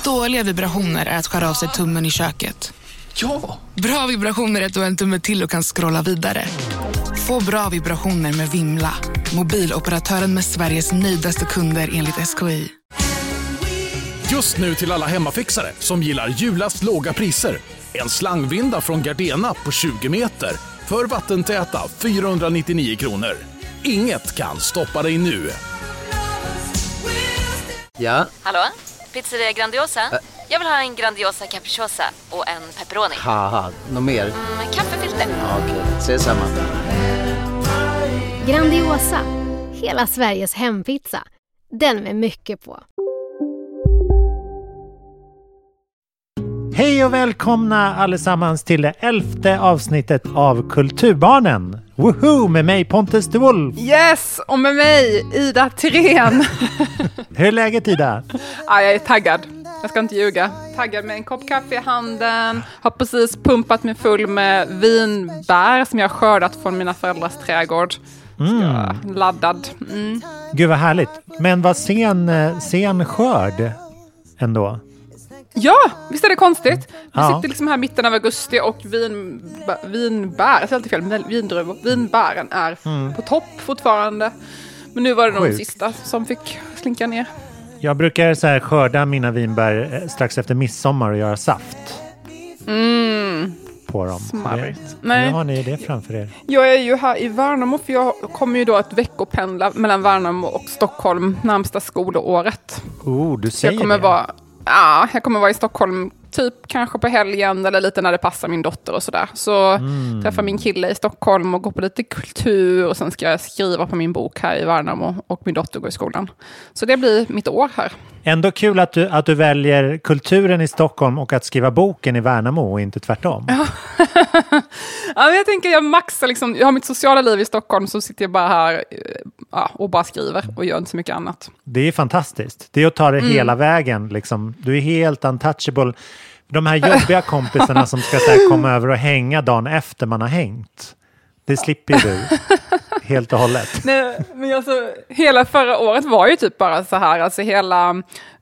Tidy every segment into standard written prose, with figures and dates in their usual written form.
Dåliga vibrationer är att skära av sig tummen i köket. Ja! Bra vibrationer är att du har en tumme till och kan scrolla vidare. Få bra vibrationer med Vimla. Mobiloperatören med Sveriges nöjdaste kunder enligt SKI. Just nu till alla hemmafixare som gillar julast låga priser. En slangvinda från Gardena på 20 meter för vattentäta 499 kronor. Inget kan stoppa dig nu. Ja? Hallå? Pizzeria Grandiosa? Jag vill ha en Grandiosa capriciosa och en pepperoni. Haha, något mer? Kaffefilter. Ja, okej, ses samma. Grandiosa, hela Sveriges hempizza. Den med mycket på. Hej och välkomna allesammans till det 11:e avsnittet av Kulturbarnen. Woohoo, med mig Pontus de Wolf. Yes, och med mig Ida Thirén. Hur är läget, Ida? Ja, jag är taggad. Jag ska inte ljuga. Taggad med en kopp kaffe i handen. Har precis pumpat mig full med vinbär som jag har skördat från mina föräldrars trädgård. Laddad. Gud vad härligt. Men vad sen skörd ändå. Ja, visst är det konstigt? Vi Ja. sitter liksom här mitten av augusti och vinbär, jag säger alltid fel, vindruvor. Vinbären är på topp fortfarande. Men nu var det de sista som fick slinka ner. Jag brukar så här skörda mina vinbär strax efter midsommar och göra saft på dem. Smarrigt. Nu har ni det framför er. Jag är ju här i Värnamo för jag kommer ju då att veckopendla mellan Värnamo och Stockholm närmsta skolåret. Du säger Jag kommer vara i Stockholm typ kanske på helgen eller lite när det passar min dotter och sådär. Så träffar min kille i Stockholm och går på lite kultur och sen ska jag skriva på min bok här i Värnamo och min dotter går i skolan. Så det blir mitt år här. Ändå kul att du väljer kulturen i Stockholm och att skriva boken i Värnamo och inte tvärtom. Ja, jag tänker jag maxar liksom, jag har mitt sociala liv i Stockholm så sitter jag bara här och bara skriver och gör inte så mycket annat. Det är fantastiskt. Det är att ta det hela vägen. Liksom. Du är helt untouchable. De här jobbiga kompisarna som ska så här, komma över och hänga dagen efter man har hängt. Det slipper du helt och hållet. Nej, men alltså, hela förra året var ju typ bara så här. Alltså hela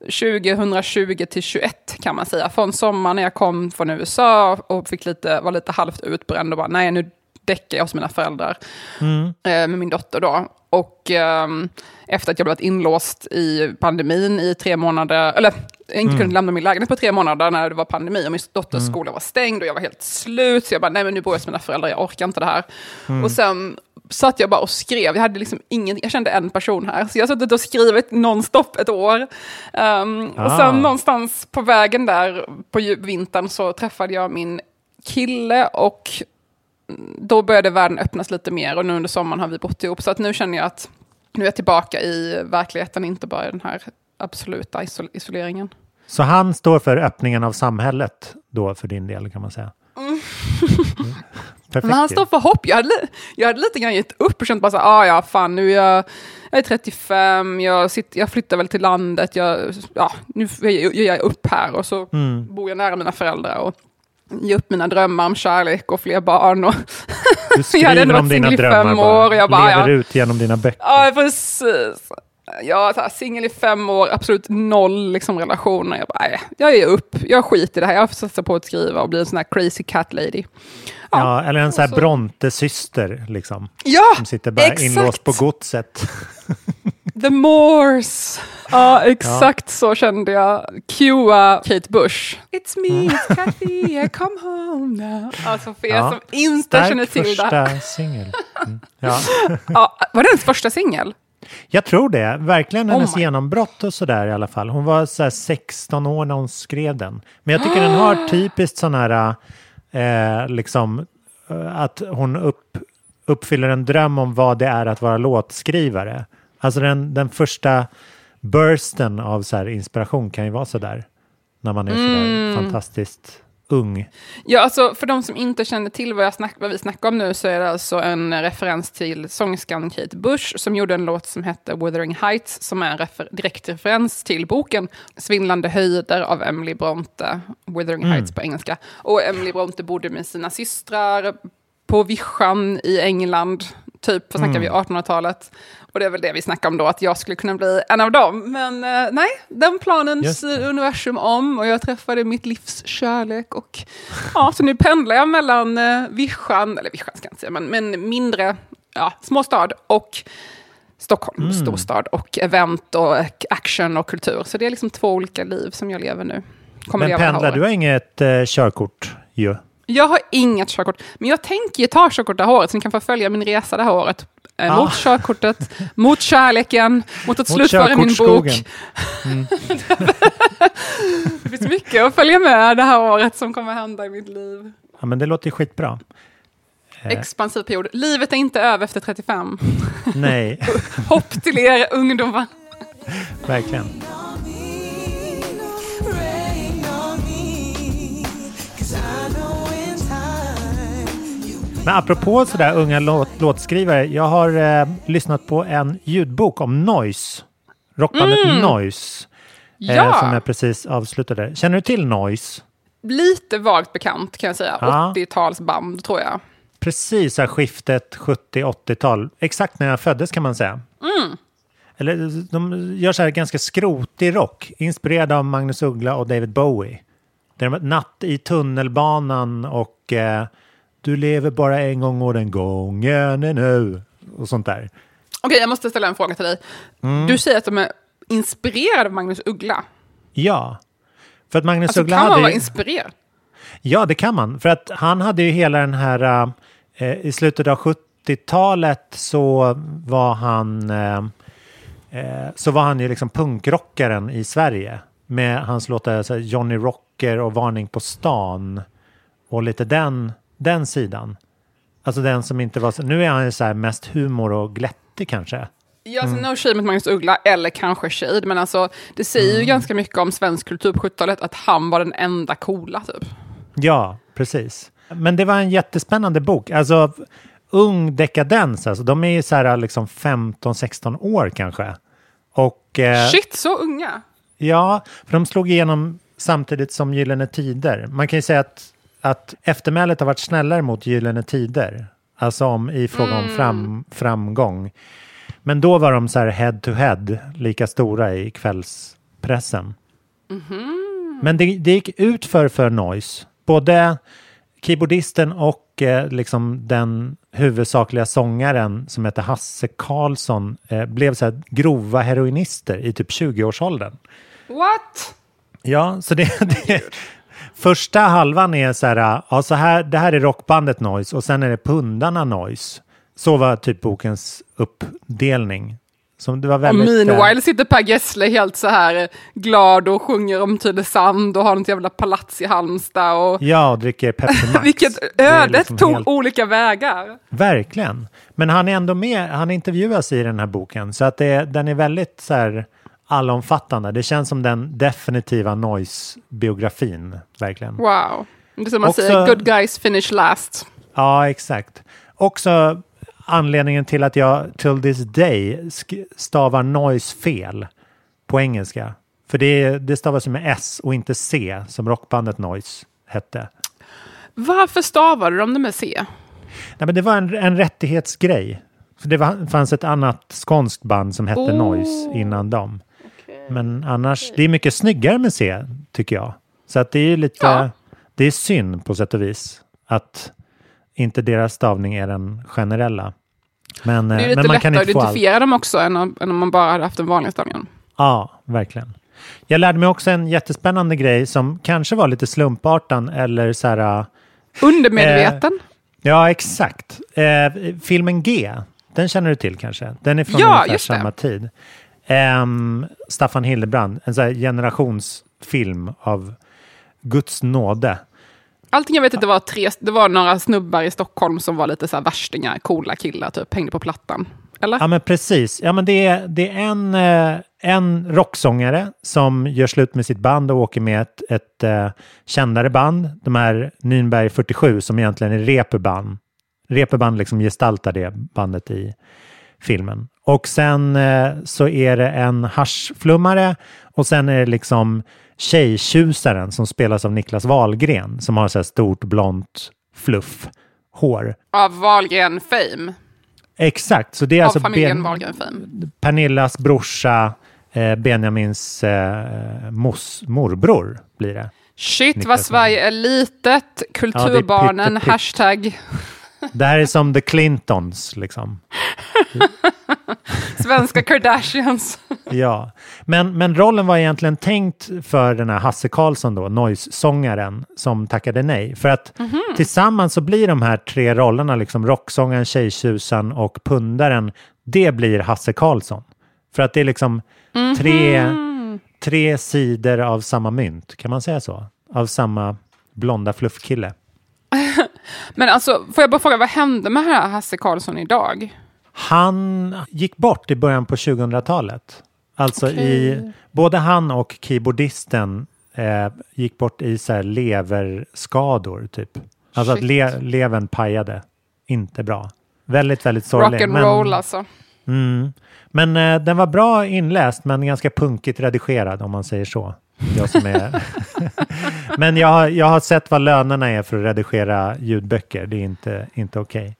2020 till 21 kan man säga. Från sommaren när jag kom från USA och var lite halvt utbränd och bara nej nu däckar jag hos mina föräldrar med min dotter då. Och efter att jag blivit inlåst i pandemin i 3 månader, eller inte kunde lämna min lägenhet på 3 månader när det var pandemi och min dotters skola var stängd och jag var helt slut. Så jag bara, nej men nu bor jag hos mina föräldrar, jag orkar inte det här. Och sen satt jag bara och skrev. Jag hade liksom jag kände en person här. Så jag satt och skrivit nonstop ett år. Och sen någonstans på vägen där på vintern så träffade jag min kille och då började världen öppnas lite mer och nu under sommaren har vi bott ihop. Så att nu känner jag att nu är jag tillbaka i verkligheten, inte bara i den här absoluta isoleringen. Så han står för öppningen av samhället då för din del kan man säga? Perfekt. Men han står för hopp. Jag hade lite grann gett upp och känt bara så här, nu är jag 35, jag flyttar väl till landet, nu gör jag upp här och så bor jag nära mina föräldrar och ge upp mina drömmar om kärlek och fler barn. Och du skriver om dina drömmar och jag bara, lever ut genom dina böcker. Ja, precis. Jag är singel i 5 år, absolut 0 liksom, relationer. Jag bara, jag ger upp, jag skiter i det här. Jag satsar på att skriva och bli en sån här crazy cat lady. Ja, eller en sån här Bronte-syster liksom. Ja, som sitter bara exakt. Inlåst på godset. The Moors. Ja, exakt så kände jag. Cua Kate Bush. It's me, it's Kathy, I come home now. Alltså för er som inte känner till det här. Första singel. Ja. Var det hennes första singel? Jag tror det. Verkligen hennes genombrott och sådär i alla fall. Hon var så här 16 år när hon skrev den. Men jag tycker den har typiskt sån här liksom att hon uppfyller en dröm om vad det är att vara låtskrivare. Alltså den första bursten av så här inspiration kan ju vara så där när man är så där fantastiskt ung. Ja, alltså för de som inte känner till vad vi snackar om nu så är det alltså en referens till sångerskan Kate Bush som gjorde en låt som heter Wuthering Heights som är en direkt referens till boken Svindlande höjder av Emily Bronte. Wuthering Heights på engelska. Och Emily Bronte bodde med sina systrar på vischan i England typ, snackar vi 1800-talet. Och det är väl det vi snackar om då, att jag skulle kunna bli en av dem. Men nej, den planens universum om, och jag träffade mitt livs kärlek. Och ja, så nu pendlar jag mellan Vischan ska jag inte säga, men mindre småstad och Stockholm, storstad, och event och action och kultur. Så det är liksom 2 olika liv som jag lever nu. Men pendlar, du har inget körkort ju? Jag har inget körkort, men jag tänker ta körkort det här året, så ni kan få följa min resa det här året. Mot körkortet, mot kärleken, mot att slutföra min bok. Det finns mycket att följa med det här året som kommer hända i mitt liv. Ja, men det låter ju skitbra. Expansiv period. Livet är inte över efter 35. Nej. Hopp till er ungdomar. Verkligen. Men apropå sådär unga låtskrivare, jag har lyssnat på en ljudbok om Noise. Rockbandet Noise. Som jag precis avslutade. Känner du till Noise? Lite vagt bekant kan jag säga. 80-talsband tror jag. Precis, skiftet 70-80-tal. Exakt när jag föddes kan man säga. Eller de gör så här ganska skrotig rock. Inspirerad av Magnus Uggla och David Bowie. Det är Natt i tunnelbanan och Du lever bara en gång och den gången är nu. Och sånt där. Okej, jag måste ställa en fråga till dig. Du säger att de är inspirerade av Magnus Uggla. Ja. För att Magnus Uggla kan man vara inspirerad? Ja, det kan man. För att han hade ju hela den här... I slutet av 70-talet så var han ju liksom punkrockaren i Sverige. Med hans låtar så här, Johnny Rocker och Varning på stan. Och lite den sidan. Alltså den som inte var så... Nu är han ju så här mest humor och glättig kanske. Ja, så no shade mot Magnus Uggla, eller kanske shade, men alltså det säger ju ganska mycket om svensk kultur på 70-talet att han var den enda coola typ. Ja, precis. Men det var en jättespännande bok. Alltså ung dekadens, alltså de är ju så här liksom 15-16 år kanske. Och shit, så unga. Ja, för de slog igenom samtidigt som Gyllene Tider. Man kan ju säga att eftermälet har varit snällare mot Gyllene Tider. Alltså i fråga om framgång. Men då var de så här head to head lika stora i kvällspressen. Men det gick ut för Noise. Både keyboardisten och liksom den huvudsakliga sångaren som heter Hasse Karlsson blev så här grova heroinister i typ 20-årsåldern. What? Ja, så det första halvan är så här, ja, så här, det här är rockbandet Noise och sen är det pundarna Noise. Så var typ bokens uppdelning. Som det var väldigt, och meanwhile sitter Per Gessle helt så här glad och sjunger om Tylösand och har något jävla palats i Halmstad. Och... Ja, och dricker Pepsi Max. Vilket ödet liksom tog helt... olika vägar. Verkligen. Men han är ändå med, han intervjuas i den här boken. Så att den är väldigt så här allomfattande. Det känns som den definitiva Noise-biografin, verkligen. Wow. Det är som man säger, good guys finish last. Ja, exakt. Också anledningen till att jag till this day stavar Noise fel på engelska. För det stavas med S och inte C som rockbandet Noise hette. Varför stavar du dem med C? Nej, men det var en rättighetsgrej. För det fanns ett annat skånskt band som hette Noise innan dem. Okay. Men annars, det är mycket snyggare med C tycker jag. Så att det är ju lite, det är synd på sätt och vis att inte deras stavning är den generella. Men, det är lite lättare att identifiera dem också än om man bara hade haft den vanliga stavningen. Ja, verkligen. Jag lärde mig också en jättespännande grej som kanske var lite slumpartan eller så här... undermedveten? Ja, exakt. Filmen G, den känner du till kanske? Den är från ungefär samma tid. Staffan Hildebrand, en så här generationsfilm av Guds nåde. Allting jag vet att det var några snubbar i Stockholm som var lite så här värstingar, coola killar typ, hängde på plattan. Eller? Ja, men precis. Ja, men det är en rocksångare som gör slut med sitt band och åker med ett kändare band. De här Nürnberg 47 som egentligen är Reeperbahn. Reeperbahn liksom gestaltar det bandet i filmen. Och sen så är det en haschflummare och sen är det liksom tjejtjusaren som spelas av Niklas Wahlgren som har så här stort blont fluff hår. Av Wahlgren fame? Exakt, så det är Av alltså familjen Wahlgren-Fein. Pernillas brorsa, Benjamins morbror blir det. Shit, Niklas vad Sverige är litet. Kulturbarnen, pytte. hashtag. Det här är som The Clintons, liksom. Svenska Kardashians. Ja, men rollen var egentligen tänkt för den här Hasse Karlsson då, Noise-sångaren, som tackade nej. För att tillsammans så blir de här 3 rollerna, liksom rocksångaren, tjejtjusan och pundaren, det blir Hasse Karlsson. För att det är liksom 3 sidor av samma mynt, kan man säga så? Av samma blonda fluffkille. Men alltså, får jag bara fråga, vad hände med här Hasse Karlsson idag? Han gick bort i början på 2000-talet. Alltså både han och keyboardisten gick bort i så här leverskador typ. Alltså att levern pajade. Inte bra. Väldigt, väldigt sorglig. Rock'n'roll alltså. Men den var bra inläst, men ganska punkigt redigerad om man säger så. Jag som är men jag har sett vad lönerna är för att redigera ljudböcker. Det är inte okej.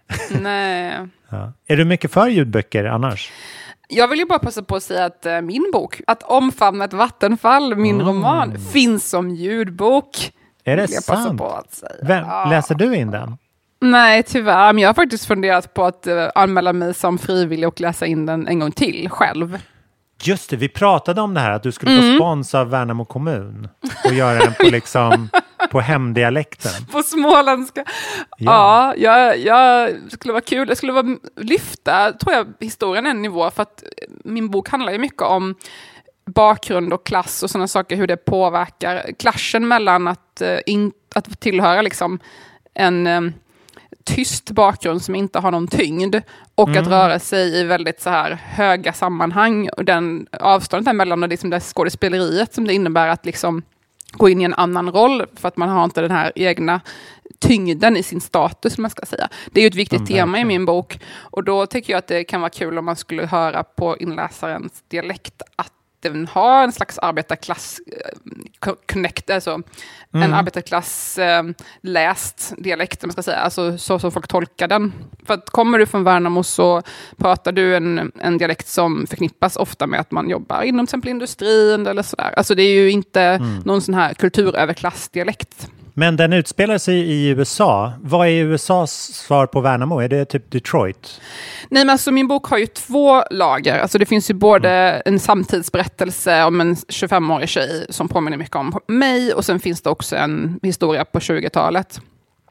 Nej. Ja. Är du mycket för ljudböcker annars? Jag vill ju bara passa på att säga att min bok, Att omfamna ett vattenfall, min roman, finns som ljudbok. Är det jag passa sant? på att säga. Läser du in den? Nej, tyvärr. Men jag har faktiskt funderat på att anmäla mig som frivillig och läsa in den en gång till själv. Just det, vi pratade om det här att du skulle få spons av Värnamo kommun och göra den på liksom på hemdialekten. På småländska. Ja, jag skulle vara kul. Det skulle lyfta, tror jag, historien en nivå, för att min bok handlar ju mycket om bakgrund och klass och sådana saker, hur det påverkar klaschen mellan att tillhöra liksom en tyst bakgrund som inte har någon tyngd och att röra sig i väldigt så här höga sammanhang, och den avståndet däremellan och liksom det skådespeleriet som det innebär att liksom gå in i en annan roll för att man har inte den här egna tyngden i sin status, som man ska säga. Det är ju ett viktigt tema i min bok, och då tycker jag att det kan vara kul om man skulle höra på inläsarens dialekt att den har en slags arbetarklass connect, alltså en arbetarklass läst dialekt, man ska säga, alltså så som folk tolkar den. För att kommer du från Värnamo så pratar du en dialekt som förknippas ofta med att man jobbar inom till exempel industrin eller sådär. Alltså det är ju inte någon sån här kulturöverklassdialekt. Men den utspelar sig i USA. Vad är USAs svar på Värnamo? Är det typ Detroit? Nej, men alltså min bok har ju 2 lager. Alltså det finns ju både en samtidsberättelse om en 25-årig tjej som påminner mycket om mig, och sen finns det också en historia på 20-talet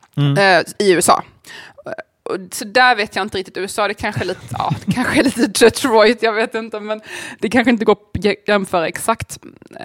i USA. Så där vet jag inte riktigt. USA, det kanske är lite Detroit, jag vet inte, men det kanske inte går att jämföra exakt.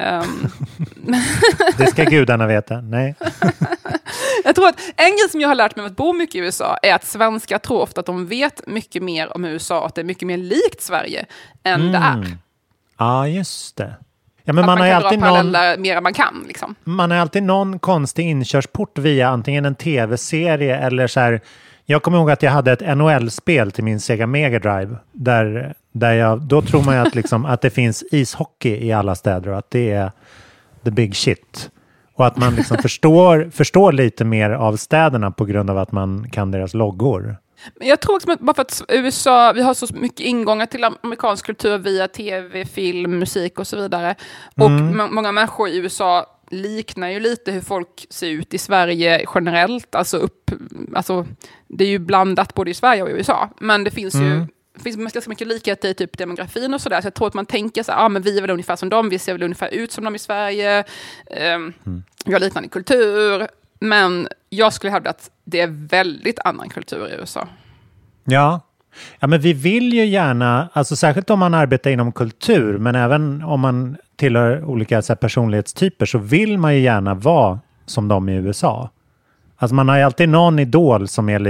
Det ska gudarna veta, nej. Jag tror att en grej som jag har lärt mig av att bo mycket i USA är att svenskar tror ofta att de vet mycket mer om USA och att det är mycket mer likt Sverige än det är. Ja, just det. Ja, men man har ju kan alltid dra paralleller mer än man kan. Liksom. Man har alltid någon konstig inkörsport via antingen en tv-serie eller så här. Jag kommer ihåg att jag hade ett NHL-spel till min Sega Mega Drive då tror man ju att, liksom, att det finns ishockey i alla städer och att det är the big shit. Och att man liksom förstår lite mer av städerna på grund av att man kan deras loggor. Jag tror också att bara för att USA, vi har så mycket ingångar till amerikansk kultur via tv, film, musik och så vidare. Och många människor i USA liknar ju lite hur folk ser ut i Sverige generellt. Alltså det är ju blandat både i Sverige och i USA. Men det finns ju ganska mycket likheter i typ demografin och sådär. Så jag tror att man tänker så här, men vi är väl ungefär som dem. Vi ser väl ungefär ut som dem i Sverige. Vi har liknande kultur. Men jag skulle hävda att det är väldigt annan kultur i USA. Ja, men vi vill ju gärna, alltså särskilt om man arbetar inom kultur, men även om man tillhör olika så här, personlighetstyper, så vill man ju gärna vara som de i USA. Alltså man har ju alltid någon idol som är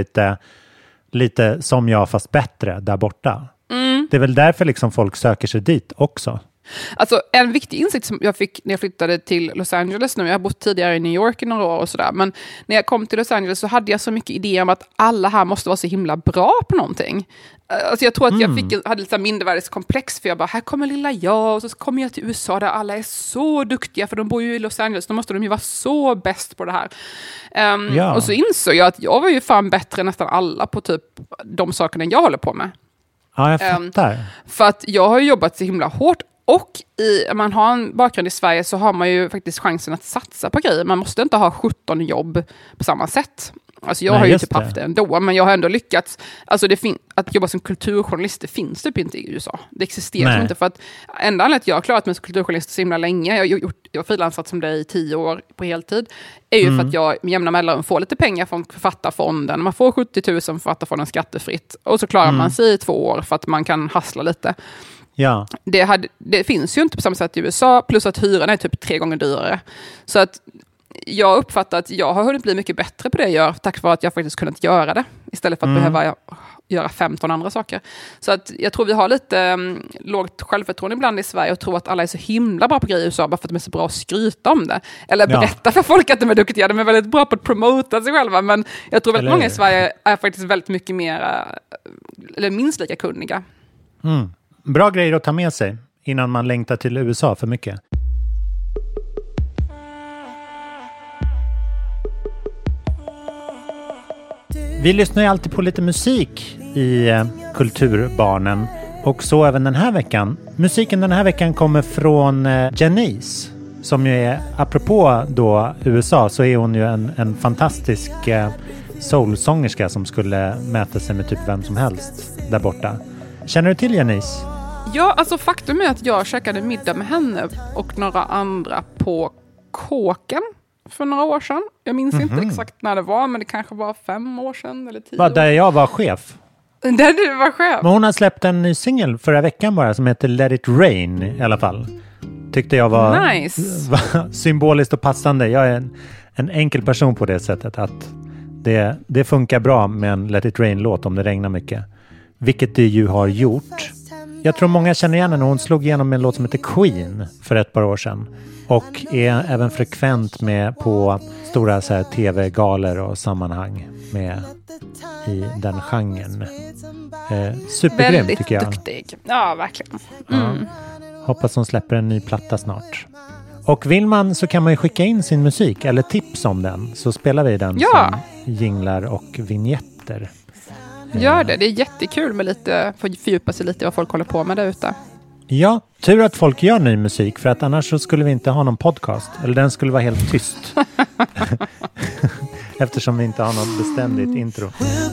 lite som jag fast bättre där borta. Det är väl därför liksom folk söker sig dit också. Alltså en viktig insikt som jag fick när jag flyttade till Los Angeles nu, jag har bott tidigare i New York i några år och sådär, men när jag kom till Los Angeles så hade jag så mycket idéer om att alla här måste vara så himla bra på någonting. Alltså jag tror att jag hade lite mindervärdeskomplex, för jag bara, här kommer lilla jag, och så kommer jag till USA där alla är så duktiga, för de bor ju i Los Angeles, då måste de ju vara så bäst på det här. Och så insåg jag att jag var ju fan bättre än nästan alla på typ de sakerna jag håller på med. Ja, jag fattar. För att jag har ju jobbat så himla hårt, och om man har en bakgrund i Sverige så har man ju faktiskt chansen att satsa på grejer. Man måste inte ha 17 jobb på samma sätt. Alltså jag har ju typ haft det ändå, men jag har ändå lyckats. Alltså att jobba som kulturjournalist, det finns typ inte i USA. Det existerar inte, för att enda anledningen att jag har klarat mig som kulturjournalist så himla länge, jag har frilansat som det i 10 år på heltid, är ju för att jag med jämna mellanrum får lite pengar från Författarfonden. Man får 70 000 från Författarfonden skattefritt, och så klarar man sig i 2 år för att man kan hassla lite. Ja. Det finns ju inte på samma sätt i USA, plus att hyran är typ 3 gånger dyrare. Så att jag uppfattar att jag har hunnit bli mycket bättre på det jag gör, tack vare att jag faktiskt kunnat göra det, istället för att behöva göra 15 andra saker. Så att jag tror vi har lite lågt självförtroende ibland i Sverige, och tror att alla är så himla bra på grejer i USA bara för att de är så bra att skryta om det. Eller berätta för folk att de är duktiga. De är väldigt bra på att promota sig själva, men jag tror väldigt många i Sverige är faktiskt väldigt mycket mer, eller minst lika kunniga. Bra grejer att ta med sig innan man längtar till USA för mycket. Vi lyssnar ju alltid på lite musik i Kulturbarnen, och så även den här veckan. Musiken den här veckan kommer från Janice, som ju är, apropå då USA, så är hon ju en fantastisk soulsångerska som skulle mäta sig med typ vem som helst där borta. Känner du till Janice? Ja, alltså faktum är att jag käkade middag med henne och några andra på Kåken för några år sedan. Jag minns inte exakt när det var, men det kanske var 5 år sedan eller 10 år. Där jag var chef. Där du var chef? Men hon har släppt en ny singel förra veckan bara som heter Let It Rain i alla fall. Tyckte jag var, nice. var symboliskt och passande. Jag är en enkel person på det sättet att det funkar bra med en Let It Rain-låt om det regnar mycket. Vilket det ju har gjort. Jag tror många känner igen när hon slog igenom en låt som heter Queen för ett par år sedan. Och är även frekvent med på stora så här, tv-galer och sammanhang med i den genren. Supergrym väldigt tycker jag. Väldigt duktig. Ja, verkligen. Ja. Hoppas hon släpper en ny platta snart. Och vill man så kan man ju skicka in sin musik eller tips om den. Så spelar vi den som jinglar och vignetter. Gör det. Det är jättekul med lite, för att fördjupa sig lite i vad folk håller på med där ute. Ja, tur att folk gör ny musik, för att annars så skulle vi inte ha någon podcast. Eller den skulle vara helt tyst. Eftersom vi inte har något beständigt intro.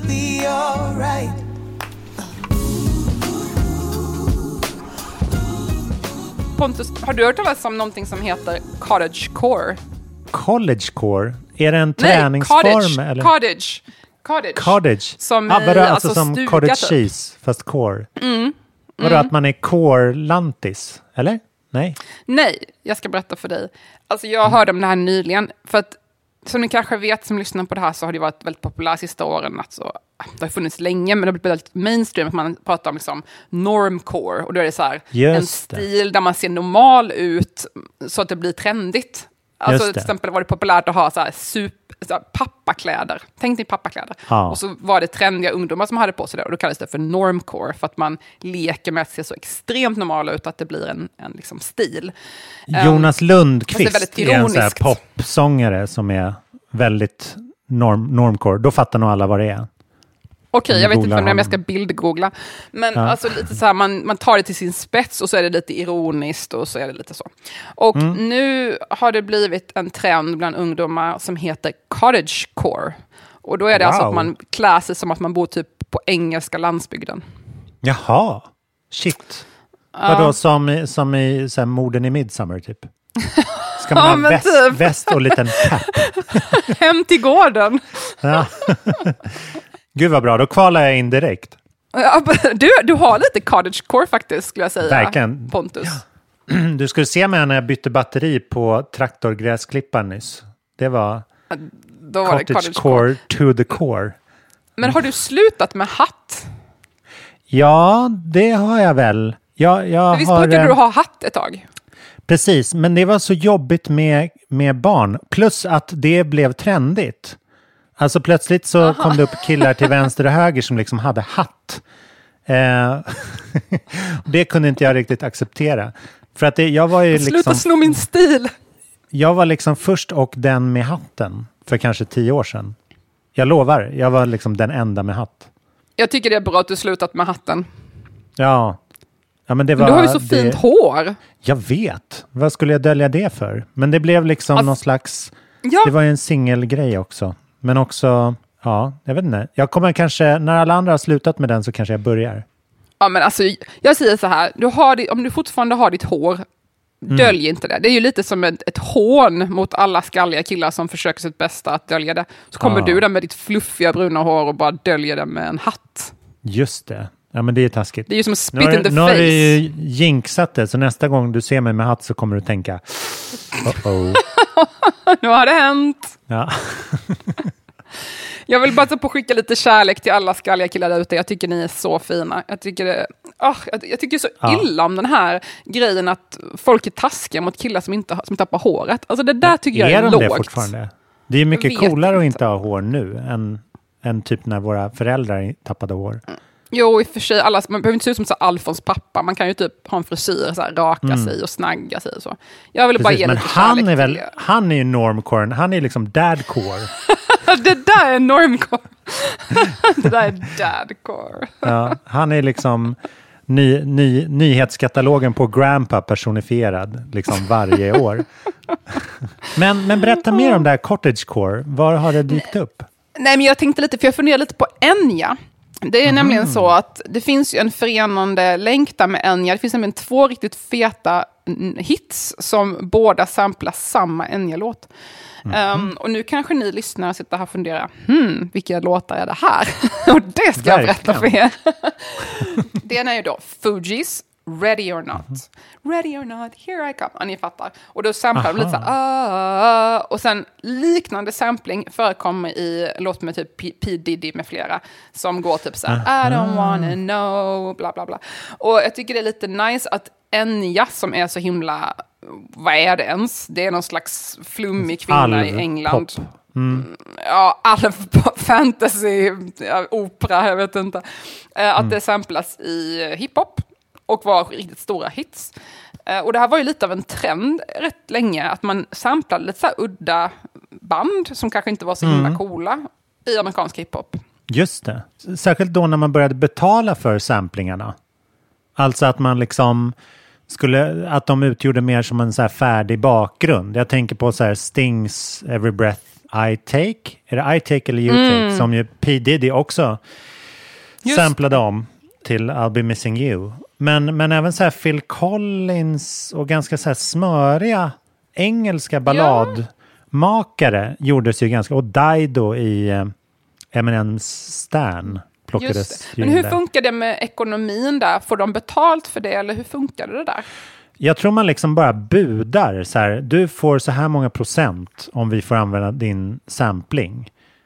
Pontus, har du hört talas om någonting som heter cottagecore? Cottagecore? Är det en träningsform? Nej, eller? Cottage. Som alltså som stuga, cottage typ. cheese, fast core. Vadå, att man är core-lantis? Eller? Nej, jag ska berätta för dig. Alltså jag hörde om det här nyligen. För att, som ni kanske vet som lyssnar på det här, så har det varit väldigt populärt sista åren. Alltså, det har funnits länge, men det har blivit väldigt mainstream. Att man pratar om liksom normcore. Och då är det så här, en stil där man ser normal ut så att det blir trendigt. Alltså till exempel var det populärt att ha så här pappakläder. Tänk dig pappakläder. Ja. Och så var det trendiga ungdomar som hade på sig det. Och då kallades det för normcore. För att man leker med att se så extremt normal ut att det blir en liksom stil. Jonas Lundqvist är en sån här popsångare som är väldigt normcore. Då fattar nog alla vad det är. Okej, jag vet inte om jag ska bildgoogla. Men alltså lite så här, man tar det till sin spets och så är det lite ironiskt och så är det lite så. Och nu har det blivit en trend bland ungdomar som heter cottagecore. Och då är det alltså att man klär sig som att man bor typ på engelska landsbygden. Jaha, shit. Vadå, som i så här, morden i Midsommar typ? Ska man ha väst och liten kapp? Hem till gården. Ja. Gud vad bra, då kvalar jag in direkt. Du har lite cottagecore faktiskt, skulle jag säga. Verkligen. Pontus. Ja. Du skulle se mig när jag bytte batteri på traktorgräsklipparen nyss. Det var cottagecore to the core. Men har du slutat med hatt? Ja, det har jag väl. Visst brukade du ha hatt ett tag? Precis, men det var så jobbigt med barn. Plus att det blev trendigt. Alltså plötsligt så kom det upp killar till vänster och höger som liksom hade hatt. Det kunde inte jag riktigt acceptera. För att jag var ju liksom... Sluta sno min stil! Jag var liksom först och den med hatten för kanske 10 år sedan. Jag lovar, jag var liksom den enda med hatt. Jag tycker det är bra att du slutat med hatten. Ja men det var... Men du har ju så fint hår. Jag vet. Vad skulle jag dölja det för? Men det blev liksom någon slags... Ja. Det var ju en singelgrej också. Men också... Ja, jag vet inte. Jag kommer kanske... När alla andra har slutat med den så kanske jag börjar. Ja, men alltså... Jag säger så här. Om du fortfarande har ditt hår... Dölj inte det. Det är ju lite som ett hån mot alla skalliga killar som försöker sitt bästa att dölja det. Så kommer du där med ditt fluffiga bruna hår och bara döljer det med en hatt. Just det. Ja, men det är taskigt. Det är ju som spit in the face. Nu har du ju jinxat det, så nästa gång du ser mig med hatt så kommer du tänka nu har det hänt. Ja. Jag vill bara ta på skicka lite kärlek till alla skalliga killar där ute. Jag tycker ni är så fina. Jag tycker så illa om den här grejen att folk är taskiga mot killar som tappar håret. Alltså det där tycker jag är lågt. Är de det fortfarande? Det är mycket coolare att inte ha hår nu än typ när våra föräldrar tappade hår. Jo, i och för sig, man behöver inte se ut som så Alfons pappa. Man kan ju typ ha en frisyr, så här, raka sig och snagga sig och så. Jag vill bara ge lite kärlek. Han är ju normcore, han är liksom dadcore. Det där är normcore. Det där är dadcore. Ja, han är liksom nyhetskatalogen på Grandpa personifierad liksom varje år. Men berätta mer om det här cottagecore. Var har det dykt upp? Nej, men jag tänkte lite, för jag funderar lite på Enya. Det är nämligen så att det finns ju en förenande länk där med Enya. Det finns nämligen 2 riktigt feta hits som båda samplar samma Enya-låt. Och nu kanske ni lyssnare sitter här och funderar, vilka låtar är det här? Och det ska jag berätta för er. Den är ju då Fugees, Ready or Not. Ready or Not, here I come. Ja, ni fattar. Och då samplar de lite så här, och sen liknande sampling förekommer i låt med typ P. Diddy med flera som går typ så här, I don't wanna know, bla bla bla. Och jag tycker det är lite nice att Enya som är så himla, vad är det ens? Det är någon slags flummig kvinna i England. Ja, fantasy, opera, jag vet inte. Att det samplas i hiphop och var riktigt stora hits. Och det här var ju lite av en trend rätt länge, att man samplade lite så här udda band som kanske inte var så himla coola i amerikansk hiphop. Just det. Särskilt då när man började betala för samplingarna. Alltså att man liksom att de utgjorde mer som en så här färdig bakgrund. Jag tänker på så här Stings Every Breath I Take. Är det I Take eller You Take? Som ju P. Diddy också samplade om till I'll Be Missing You. Men även så här Phil Collins och ganska så här smöriga engelska balladmakare gjordes ju ganska, och Dido i Eminem's Stan plockades. Men hur funkar det med ekonomin där? Får de betalt för det eller hur funkar det där? Jag tror man liksom bara budar så här, du får så här många procent om vi får använda din sampling.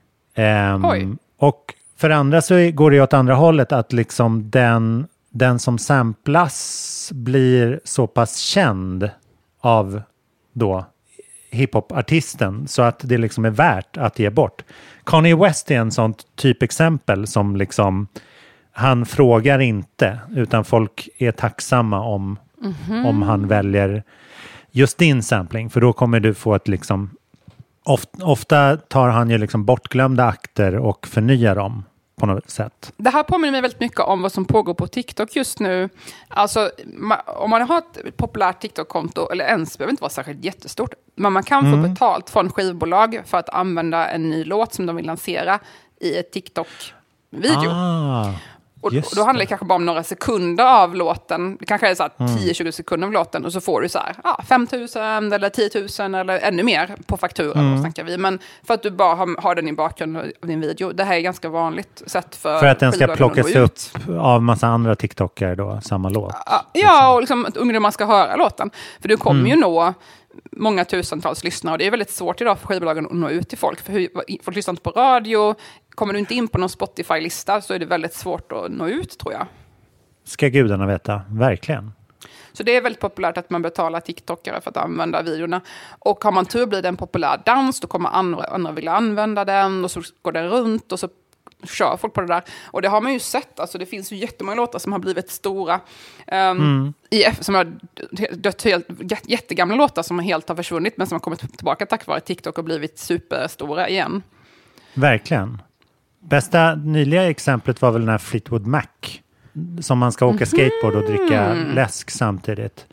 Och för andra så går det åt andra hållet, att liksom den som samplas blir så pass känd av då hiphopartisten så att det liksom är värt att ge bort. Kanye West är en sånt typexempel som liksom, han frågar inte utan folk är tacksamma om han väljer just din sampling, för då kommer du få ett liksom, ofta tar han ju liksom bortglömda akter och förnyar dem på något sätt. Det här påminner mig väldigt mycket om vad som pågår på TikTok just nu. Alltså, om man har ett populärt TikTok-konto, eller ens behöver inte vara särskilt jättestort, men man kan få betalt från skivbolag för att använda en ny låt som de vill lansera i ett TikTok-video. Och då handlar det kanske bara om några sekunder av låten. Det kanske är så här 10-20 sekunder av låten. Och så får du så här 5 000 eller 10 000 eller ännu mer på fakturan. Snackar vi. Men för att du bara har den i bakgrunden av din video. Det här är ganska vanligt sätt för att den ska plockas upp av massa andra TikTokare då, samma låt. Ja, och liksom att ungdomar ska höra låten. För du kommer ju nå många tusentals lyssnare. Och det är väldigt svårt idag för skivbolagen att nå ut till folk. För folk lyssnar inte på radio. Kommer du inte in på någon Spotify-lista så är det väldigt svårt att nå ut, tror jag. ska gudarna veta, verkligen. Så det är väldigt populärt att man betalar TikTokare för att använda videorna. Och har man tur blir det en populär dans, då kommer andra vilja använda den och så går den runt och så kör folk på det där. Och det har man ju sett, alltså det finns ju jättemånga låtar som har blivit stora som har dött helt, jättegamla låtar som helt har försvunnit men som har kommit tillbaka tack vare TikTok och blivit superstora igen. Verkligen. Bästa nyliga exemplet var väl den här Fleetwood Mac som man ska åka skateboard och dricka läsk samtidigt.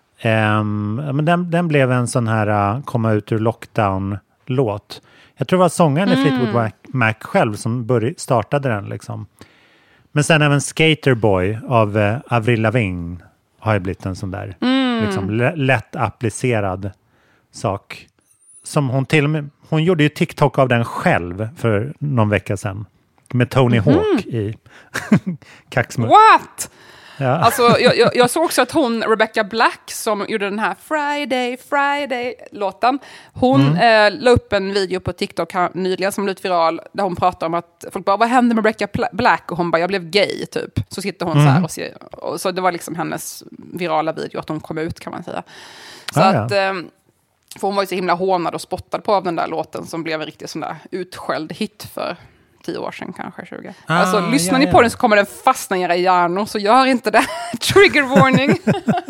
Men den blev en sån här komma ut ur lockdown-låt. Jag tror det var sångaren i Fleetwood Mac själv som startade den liksom. Men sen även Skaterboy av Avril Lavigne har ju blivit en sån där liksom, lätt applicerad sak. Som hon gjorde ju TikTok av den själv för någon vecka sedan. Med Tony Hawk i kaxmur. What? Ja. Alltså, jag såg också att Rebecca Black som gjorde den här Friday-låten, hon la upp en video på TikTok nyligen som blivit viral där hon pratar om att folk bara, vad hände med Rebecca Black? Och hon bara, jag blev gay typ. Så sitter hon så här och så det var liksom hennes virala video att hon kom ut kan man säga. Så för hon var ju så himla hånad och spottad på av den där låten som blev en riktigt sån där utskälld hit för 10 år sedan, kanske 20. Alltså, lyssnar ni på den så kommer den fastna i era hjärnor, så gör inte det. Trigger warning.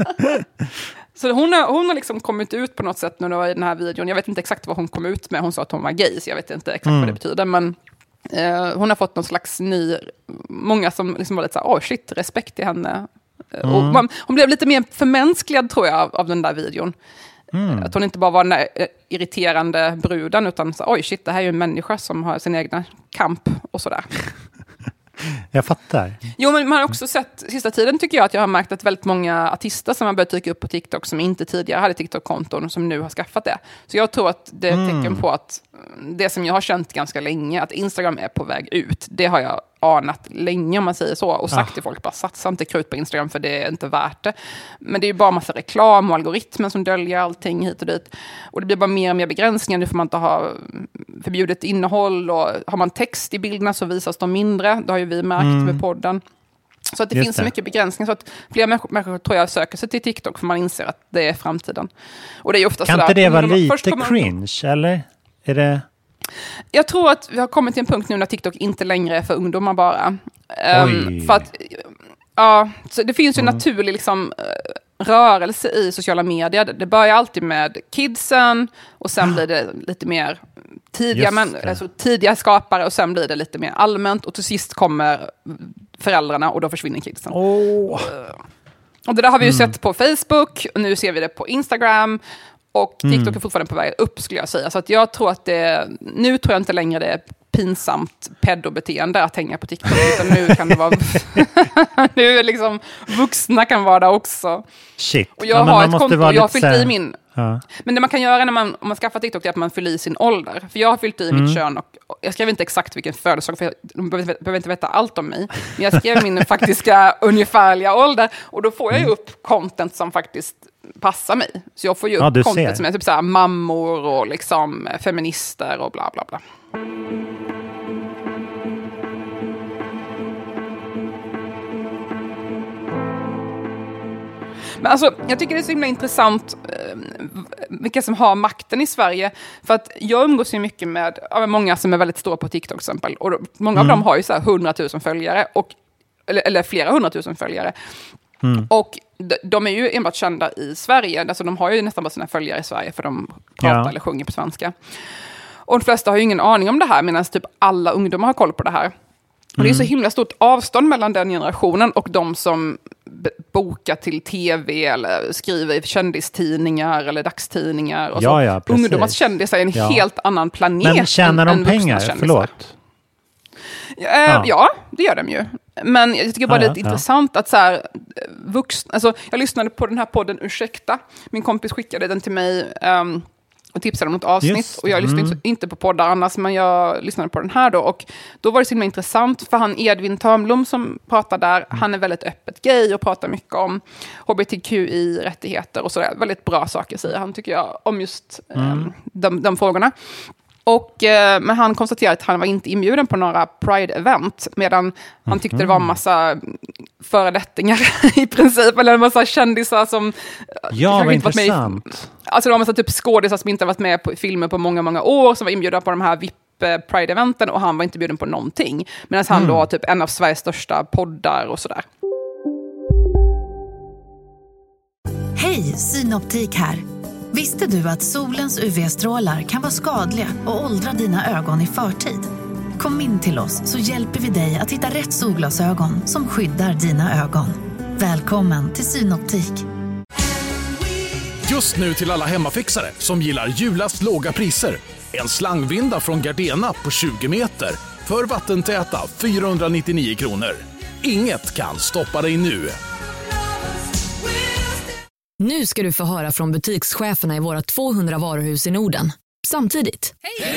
Så hon har liksom kommit ut på något sätt nu i den här videon. Jag vet inte exakt vad hon kom ut med. Hon sa att hon var gay, så jag vet inte exakt vad det betyder. Men hon har fått någon slags många som liksom var lite så här, shit, respekt till henne. Och hon blev lite mer förmänskligad, tror jag, av den där videon. Att hon inte bara var den där irriterande bruden, utan så, oj shit, det här är ju en människa som har sin egna kamp och sådär. Jag fattar. Jo, men man har också sett, sista tiden tycker jag att jag har märkt att väldigt många artister som har börjat dyka upp på TikTok som inte tidigare hade TikTok-konton som nu har skaffat det. Så jag tror att det är ett tecken på att det som jag har känt ganska länge, att Instagram är på väg ut, det har jag anat länge om man säger så, och sagt till folk, bara satsa inte krut på Instagram för det är inte värt det. Men det är ju bara massa reklam och algoritmer som döljer allting hit och dit. Och det blir bara mer och mer begränsningar. Nu får man inte ha förbjudet innehåll, och har man text i bilderna så visas de mindre. Det har ju vi märkt med podden. Så att det finns så mycket begränsningar, så att fler människor tror jag söker sig till TikTok för man inser att det är framtiden. Och det är ofta kan sådär, inte det vara lite cringe, eller? Är det... Jag tror att vi har kommit till en punkt nu när TikTok inte längre är för ungdomar bara. För att, så det finns ju en naturlig liksom, rörelse i sociala medier. Det börjar alltid med kidsen och sen blir det lite mer tidiga skapare, och sen blir det lite mer allmänt, och till sist kommer föräldrarna och då försvinner kidsen. Och det där har vi ju sett på Facebook, och nu ser vi det på Instagram. Och TikTok är fortfarande på väg upp, skulle jag säga. Så att jag tror att nu tror jag inte längre det är pinsamt pedobeteende att hänga på TikTok. Utan nu kan det vara... nu är liksom vuxna kan vara där också. Shit. Och jag har ett konto, och jag har fyllt i min... Ja. Men det man kan göra om man skaffar TikTok är att man fyller i sin ålder. För jag har fyllt i mitt kön, och jag skrev inte exakt vilken födelsedag, för jag behöver inte veta allt om mig. Men jag skrev min faktiska ungefärliga ålder, och då får jag ju upp content som faktiskt passar mig. Så jag får ju upp content som är typ såhär mammor och liksom feminister och bla bla bla. Men alltså, jag tycker det är så himla intressant vilka som har makten i Sverige. För att jag umgås ju mycket med många som är väldigt stora på TikTok till exempel. Och många av dem har ju så här 100 000 följare. Eller flera 100 000 följare. Och de är ju enbart kända i Sverige. Alltså de har ju nästan bara sina följare i Sverige för de pratar eller sjunger på svenska. Och de flesta har ju ingen aning om det här, medan typ alla ungdomar har koll på det här. Och det är så himla stort avstånd mellan den generationen och de som bokar till tv eller skriver i kändistidningar eller dagstidningar. Och så. Ja, ungdomars kändisar är en helt annan planet. Men tjänar de pengar? Förlåt. Ja, det gör de ju. Men jag tycker bara det är lite intressant att så här, alltså, jag lyssnade på den här podden Ursäkta. Min kompis skickade den till mig och tipsade om något avsnitt. Och jag lyssnade inte på poddar annars, men jag lyssnade på den här då. Och då var det så himla intressant, för han Edvin Törnblom som pratar där, han är väldigt öppet gay och pratar mycket om HBTQI-rättigheter och sådär. Väldigt bra saker säger han, tycker jag, om just de frågorna. Men han konstaterade att han var inte inbjuden på några Pride-event, medan han tyckte det var en massa föredettingar i princip, eller en massa kändisar som vad intressant. Alltså det var en massa typ skådisar som inte varit med på filmer på många, många år, som var inbjudna på de här VIP Pride-eventen, och han var inte bjuden på någonting. Medan han då har typ en av Sveriges största poddar och sådär. Hej, Synoptik här. Visste du att solens UV-strålar kan vara skadliga och åldra dina ögon i förtid? Kom in till oss så hjälper vi dig att hitta rätt solglasögon som skyddar dina ögon. Välkommen till Synoptik. Just nu till alla hemmafixare som gillar julast låga priser. En slangvinda från Gardena på 20 meter för vattentäta 499 kronor. Inget kan stoppa dig nu. Nu ska du få höra från butikscheferna i våra 200 varuhus i Norden. Samtidigt.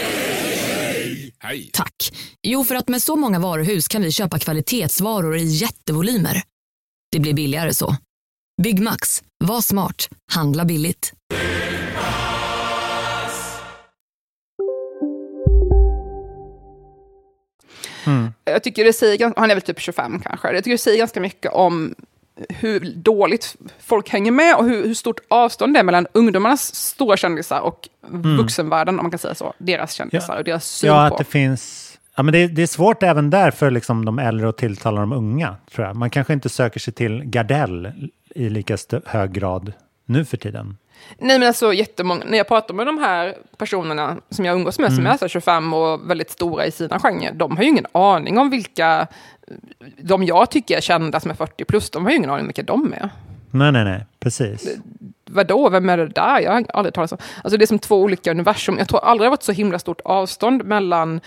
Hej! Tack. Jo, för att med så många varuhus kan vi köpa kvalitetsvaror i jättevolymer. Det blir billigare så. Byggmax. Var smart. Handla billigt. Jag tycker det säger, han är väl typ 25 kanske. Jag tycker det säger ganska mycket om hur dåligt folk hänger med och hur stort avstånd det är mellan ungdomarnas stora kändisar och vuxenvärlden, om man kan säga så. Deras kändisar och deras syn på. Ja, att det finns... Ja, men det är svårt även där för liksom de äldre att tilltala de unga, tror jag. Man kanske inte söker sig till Gardell i lika hög grad nu för tiden. Nej, men alltså jättemånga, när jag pratar med de här personerna som jag umgås med som är 25 och väldigt stora i sina genrer, de har ju ingen aning om vilka de jag tycker är kända som är 40 plus, de har ju ingen aning om vilka de är. Nej, precis. Vadå, vem är det där? Jag har aldrig talat så. Alltså det är som två olika universum. Jag tror aldrig det har varit så himla stort avstånd mellan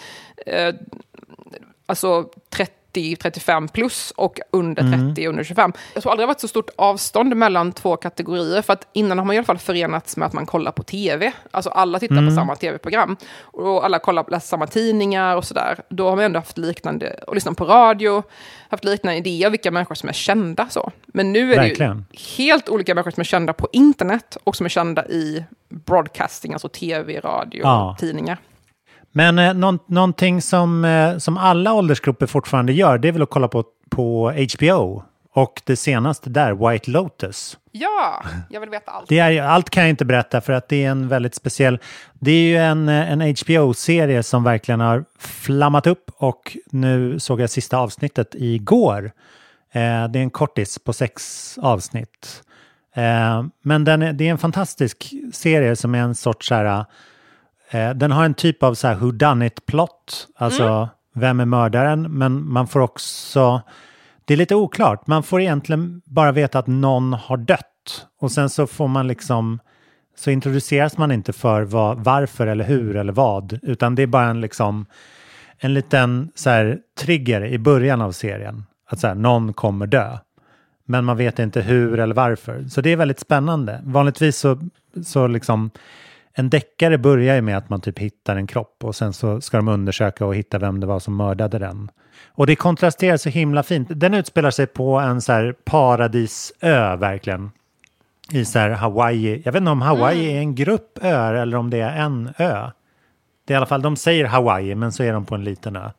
alltså 30-35 plus och under 30 under 25. Jag tror aldrig det har varit så stort avstånd mellan två kategorier, för att innan har man i alla fall förenats med att man kollar på tv. Alltså alla tittar på samma tv-program och alla läser samma tidningar och sådär. Då har man ändå haft liknande, och lyssnat på radio, haft liknande idéer vilka människor som är kända så. Men nu är verkligen. Det ju helt olika människor som är kända på internet och som är kända i broadcasting, alltså tv, radio och tidningar. Men någonting som alla åldersgrupper fortfarande gör, det är väl att kolla på HBO. Och det senaste där, White Lotus. Ja, jag vill veta allt. Allt kan jag inte berätta för att det är en väldigt speciell... Det är ju en HBO-serie som verkligen har flammat upp, och nu såg jag sista avsnittet igår. Det är en kortis på 6 avsnitt. Men det är en fantastisk serie som är en sorts så här... Den har en typ av så här whodunit-plott. Alltså, vem är mördaren? Men man får också... Det är lite oklart. Man får egentligen bara veta att någon har dött. Och sen så får man liksom... Så introduceras man inte för varför eller hur eller vad. Utan det är bara en liten så här trigger i början av serien. Att så här, någon kommer dö. Men man vet inte hur eller varför. Så det är väldigt spännande. Vanligtvis så liksom... En deckare börjar ju med att man typ hittar en kropp, och sen så ska de undersöka och hitta vem det var som mördade den. Och det kontrasterar så himla fint. Den utspelar sig på en så här paradisö verkligen. I så här Hawaii. Jag vet inte om Hawaii är en grupp öar eller om det är en ö. Det är i alla fall, de säger Hawaii, men så är de på en liten ö.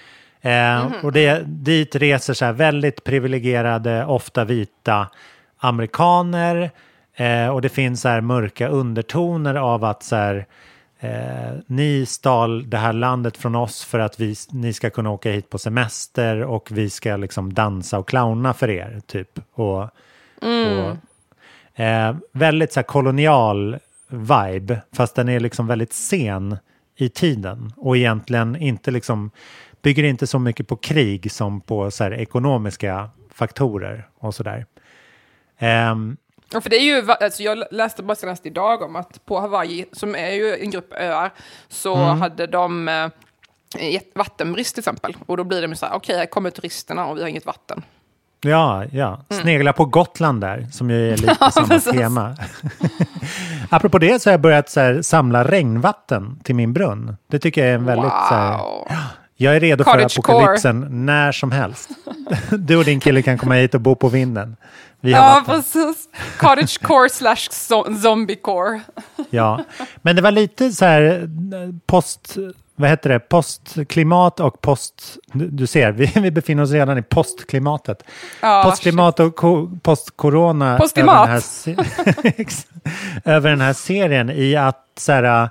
Och dit reser så här väldigt privilegierade, ofta vita amerikaner. Och det finns så här mörka undertoner av att så här, ni stal det här landet från oss för att ni ska kunna åka hit på semester, och vi ska liksom dansa och clowna för er typ. Och väldigt så här kolonial vibe, fast den är liksom väldigt sen i tiden och egentligen inte liksom bygger inte så mycket på krig som på så här ekonomiska faktorer och sådär. Ja, för det är ju, alltså jag läste bara senast idag om att på Hawaii, som är ju en grupp öar, så hade de vattenbrist till exempel. Och då blir det så här, okej, här kommer turisterna och vi har inget vatten. Ja. Snegla på Gotland där, som ju är lite samma tema. Apropå det så har jag börjat så här, samla regnvatten till min brunn. Det tycker jag är en väldigt... Så här, jag är redo för apokalypsen när som helst. Du och din kille kan komma hit och bo på vinden. Ja, precis. Cottagecore /zombiecore. Ja, men det var lite så här vad heter det, postklimat och du ser, vi befinner oss redan i postklimatet. Postklimat och postcorona över den här serien i att så här,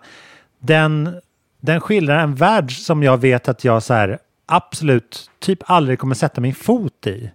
den skildrar en värld som jag vet att jag så här, absolut typ aldrig kommer sätta min fot i.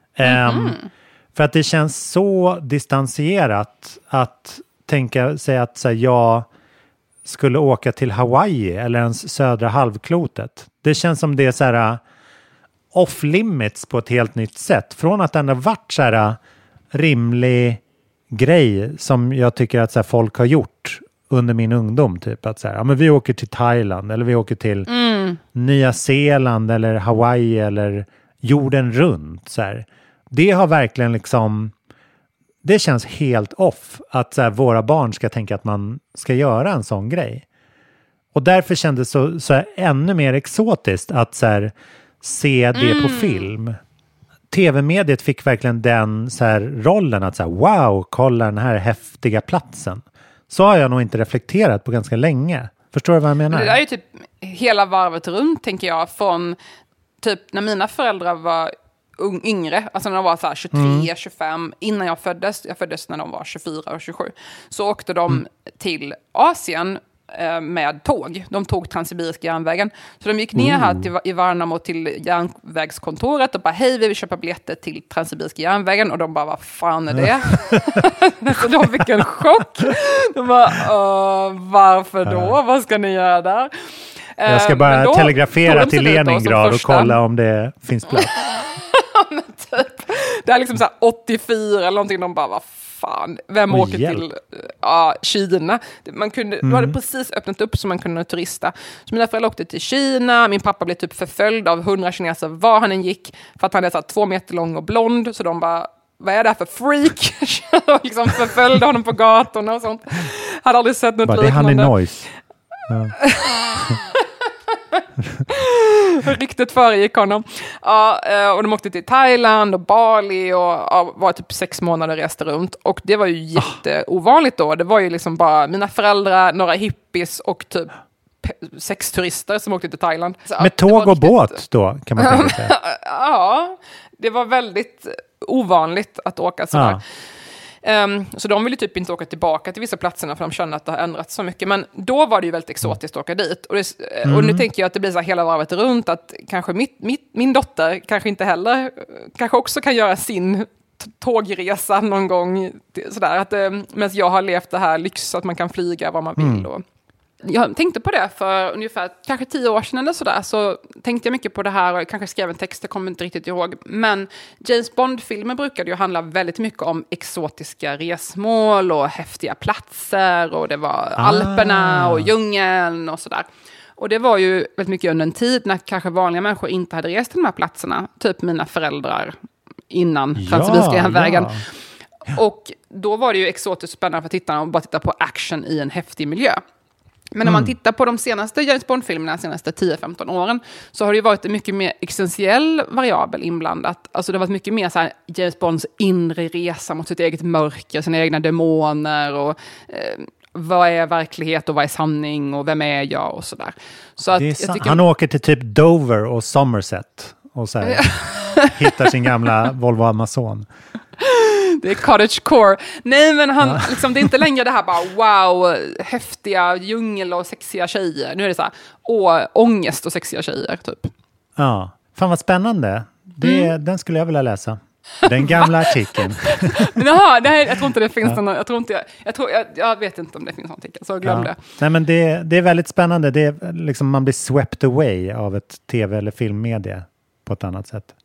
För att det känns så distanserat att tänka sig att så här, jag skulle åka till Hawaii eller ens södra halvklotet. Det känns som det är så här off limits på ett helt nytt sätt. Från att ändå varit så här rimlig grej som jag tycker att så här, folk har gjort under min ungdom. Typ att så här, ja, men vi åker till Thailand eller vi åker till Nya Zeeland eller Hawaii eller jorden runt. Så här. Det har verkligen liksom, det känns helt off att så här, våra barn ska tänka att man ska göra en sån grej. Och därför kändes det så här, ännu mer exotiskt att så här, se det på film. TV-mediet fick verkligen den så här, rollen att så här, wow, kolla den här häftiga platsen. Så har jag nog inte reflekterat på ganska länge. Förstår du vad jag menar? Det är ju typ hela varvet runt, tänker jag, från typ när mina föräldrar var yngre, alltså när de var så här 23, 25, innan jag föddes när de var 24 och 27, så åkte de till Asien med tåg. De tog Transsibiriska järnvägen. Så de gick ner här i Värnamo till järnvägskontoret och bara, hej, vi vill köpa biljetter till Transsibiriska järnvägen. Och de bara, vad fan är det? Så de fick en chock. De bara, varför då? Vad ska ni göra där? Jag ska bara telegrafera till Leningrad och kolla om det finns plats. Men typ, det är liksom så här 84 eller någonting. De bara, vad fan, vem åker till Kina? Du hade precis öppnat upp så man kunde turista. Så mina föräldrar åkte till Kina. Min pappa blev typ förföljd av 100 kineser var han än gick. För att han är så här 2 meter lång och blond. Så de bara, vad är det här för freak? Och liksom förföljde honom på gatorna och sånt. Hade aldrig sett något liknande. Det är han i noise. Ja. Riktigt föregick honom. Och de åkte till Thailand och Bali och var typ 6 månader reste runt. Och det var ju jätteovanligt då. Det var ju liksom bara mina föräldrar, några hippies och typ 6 turister som åkte till Thailand. Så, med tåg och båt då, kan man tänka sig. Ja, det var väldigt ovanligt att åka sådär. Så de ville typ inte åka tillbaka till vissa platserna för de kände att det har ändrats så mycket. Men då var det ju väldigt exotiskt att åka dit. Och nu tänker jag att det blir så här hela varvet runt att kanske min dotter kanske inte heller, kanske också kan göra sin tågresa någon gång. Sådär, att, medan jag har levt det här lyx att man kan flyga vad man vill. Och jag tänkte på det för ungefär kanske 10 år sedan eller sådär, så tänkte jag mycket på det här och jag kanske skrev en text, jag kommer inte riktigt ihåg. Men James Bond-filmer brukade ju handla väldigt mycket om exotiska resmål och häftiga platser och det var Alperna och djungeln och sådär. Och det var ju väldigt mycket under en tid när kanske vanliga människor inte hade rest till de här platserna, typ mina föräldrar innan Transsibiriska järnvägen. Och då var det ju exotiskt spännande för tittarna att bara titta på action i en häftig miljö. Men när man tittar på de senaste James Bond-filmerna, de senaste 10-15 åren, så har det ju varit en mycket mer existentiell variabel inblandat. Alltså det har varit mycket mer så här James Bonds inre resa mot sitt eget mörker, sina egna demoner och vad är verklighet och vad är sanning och vem är jag och sådär. Så att jag tycker... Han åker till typ Dover och Somerset och så här, hittar sin gamla Volvo Amazon. Det är cottagecore. Nej, men han, liksom, det är inte längre det här bara wow, häftiga djungel och sexiga tjejer. Nu är det så här, ångest och sexiga tjejer, typ. Ja, fan vad spännande. Den skulle jag vilja läsa. Den gamla artikeln. Jaha, jag tror inte det finns någon, jag vet inte om det finns någon artikel, så glöm det. Nej, men det är väldigt spännande. Det är liksom, man blir swept away av ett tv- eller filmmedia på ett annat sätt.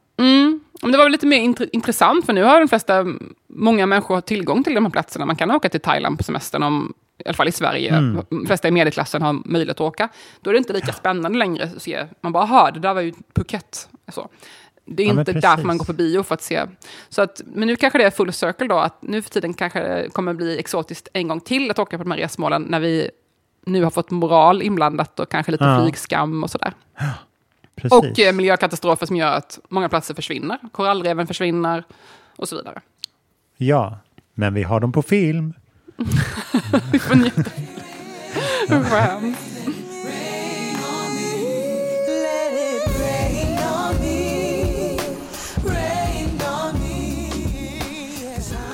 Men det var väl lite mer intressant, för nu har många människor har tillgång till de här platserna. Man kan åka till Thailand på semestern, i alla fall i Sverige. De flesta i medelklassen har möjlighet att åka. Då är det inte lika spännande längre att se. Man bara, det där var ju Phuket. Så. Det är inte därför man går på bio för att se. Så att, men nu kanske det är full circle då, att nu för tiden kanske det kommer bli exotiskt en gång till att åka på de här resmålen när vi nu har fått moral inblandat och kanske lite flygskam och sådär. Precis. Och miljökatastrofer som gör att många platser försvinner. Korallreven försvinner och så vidare. Ja, men vi har dem på film. Vi får njuta.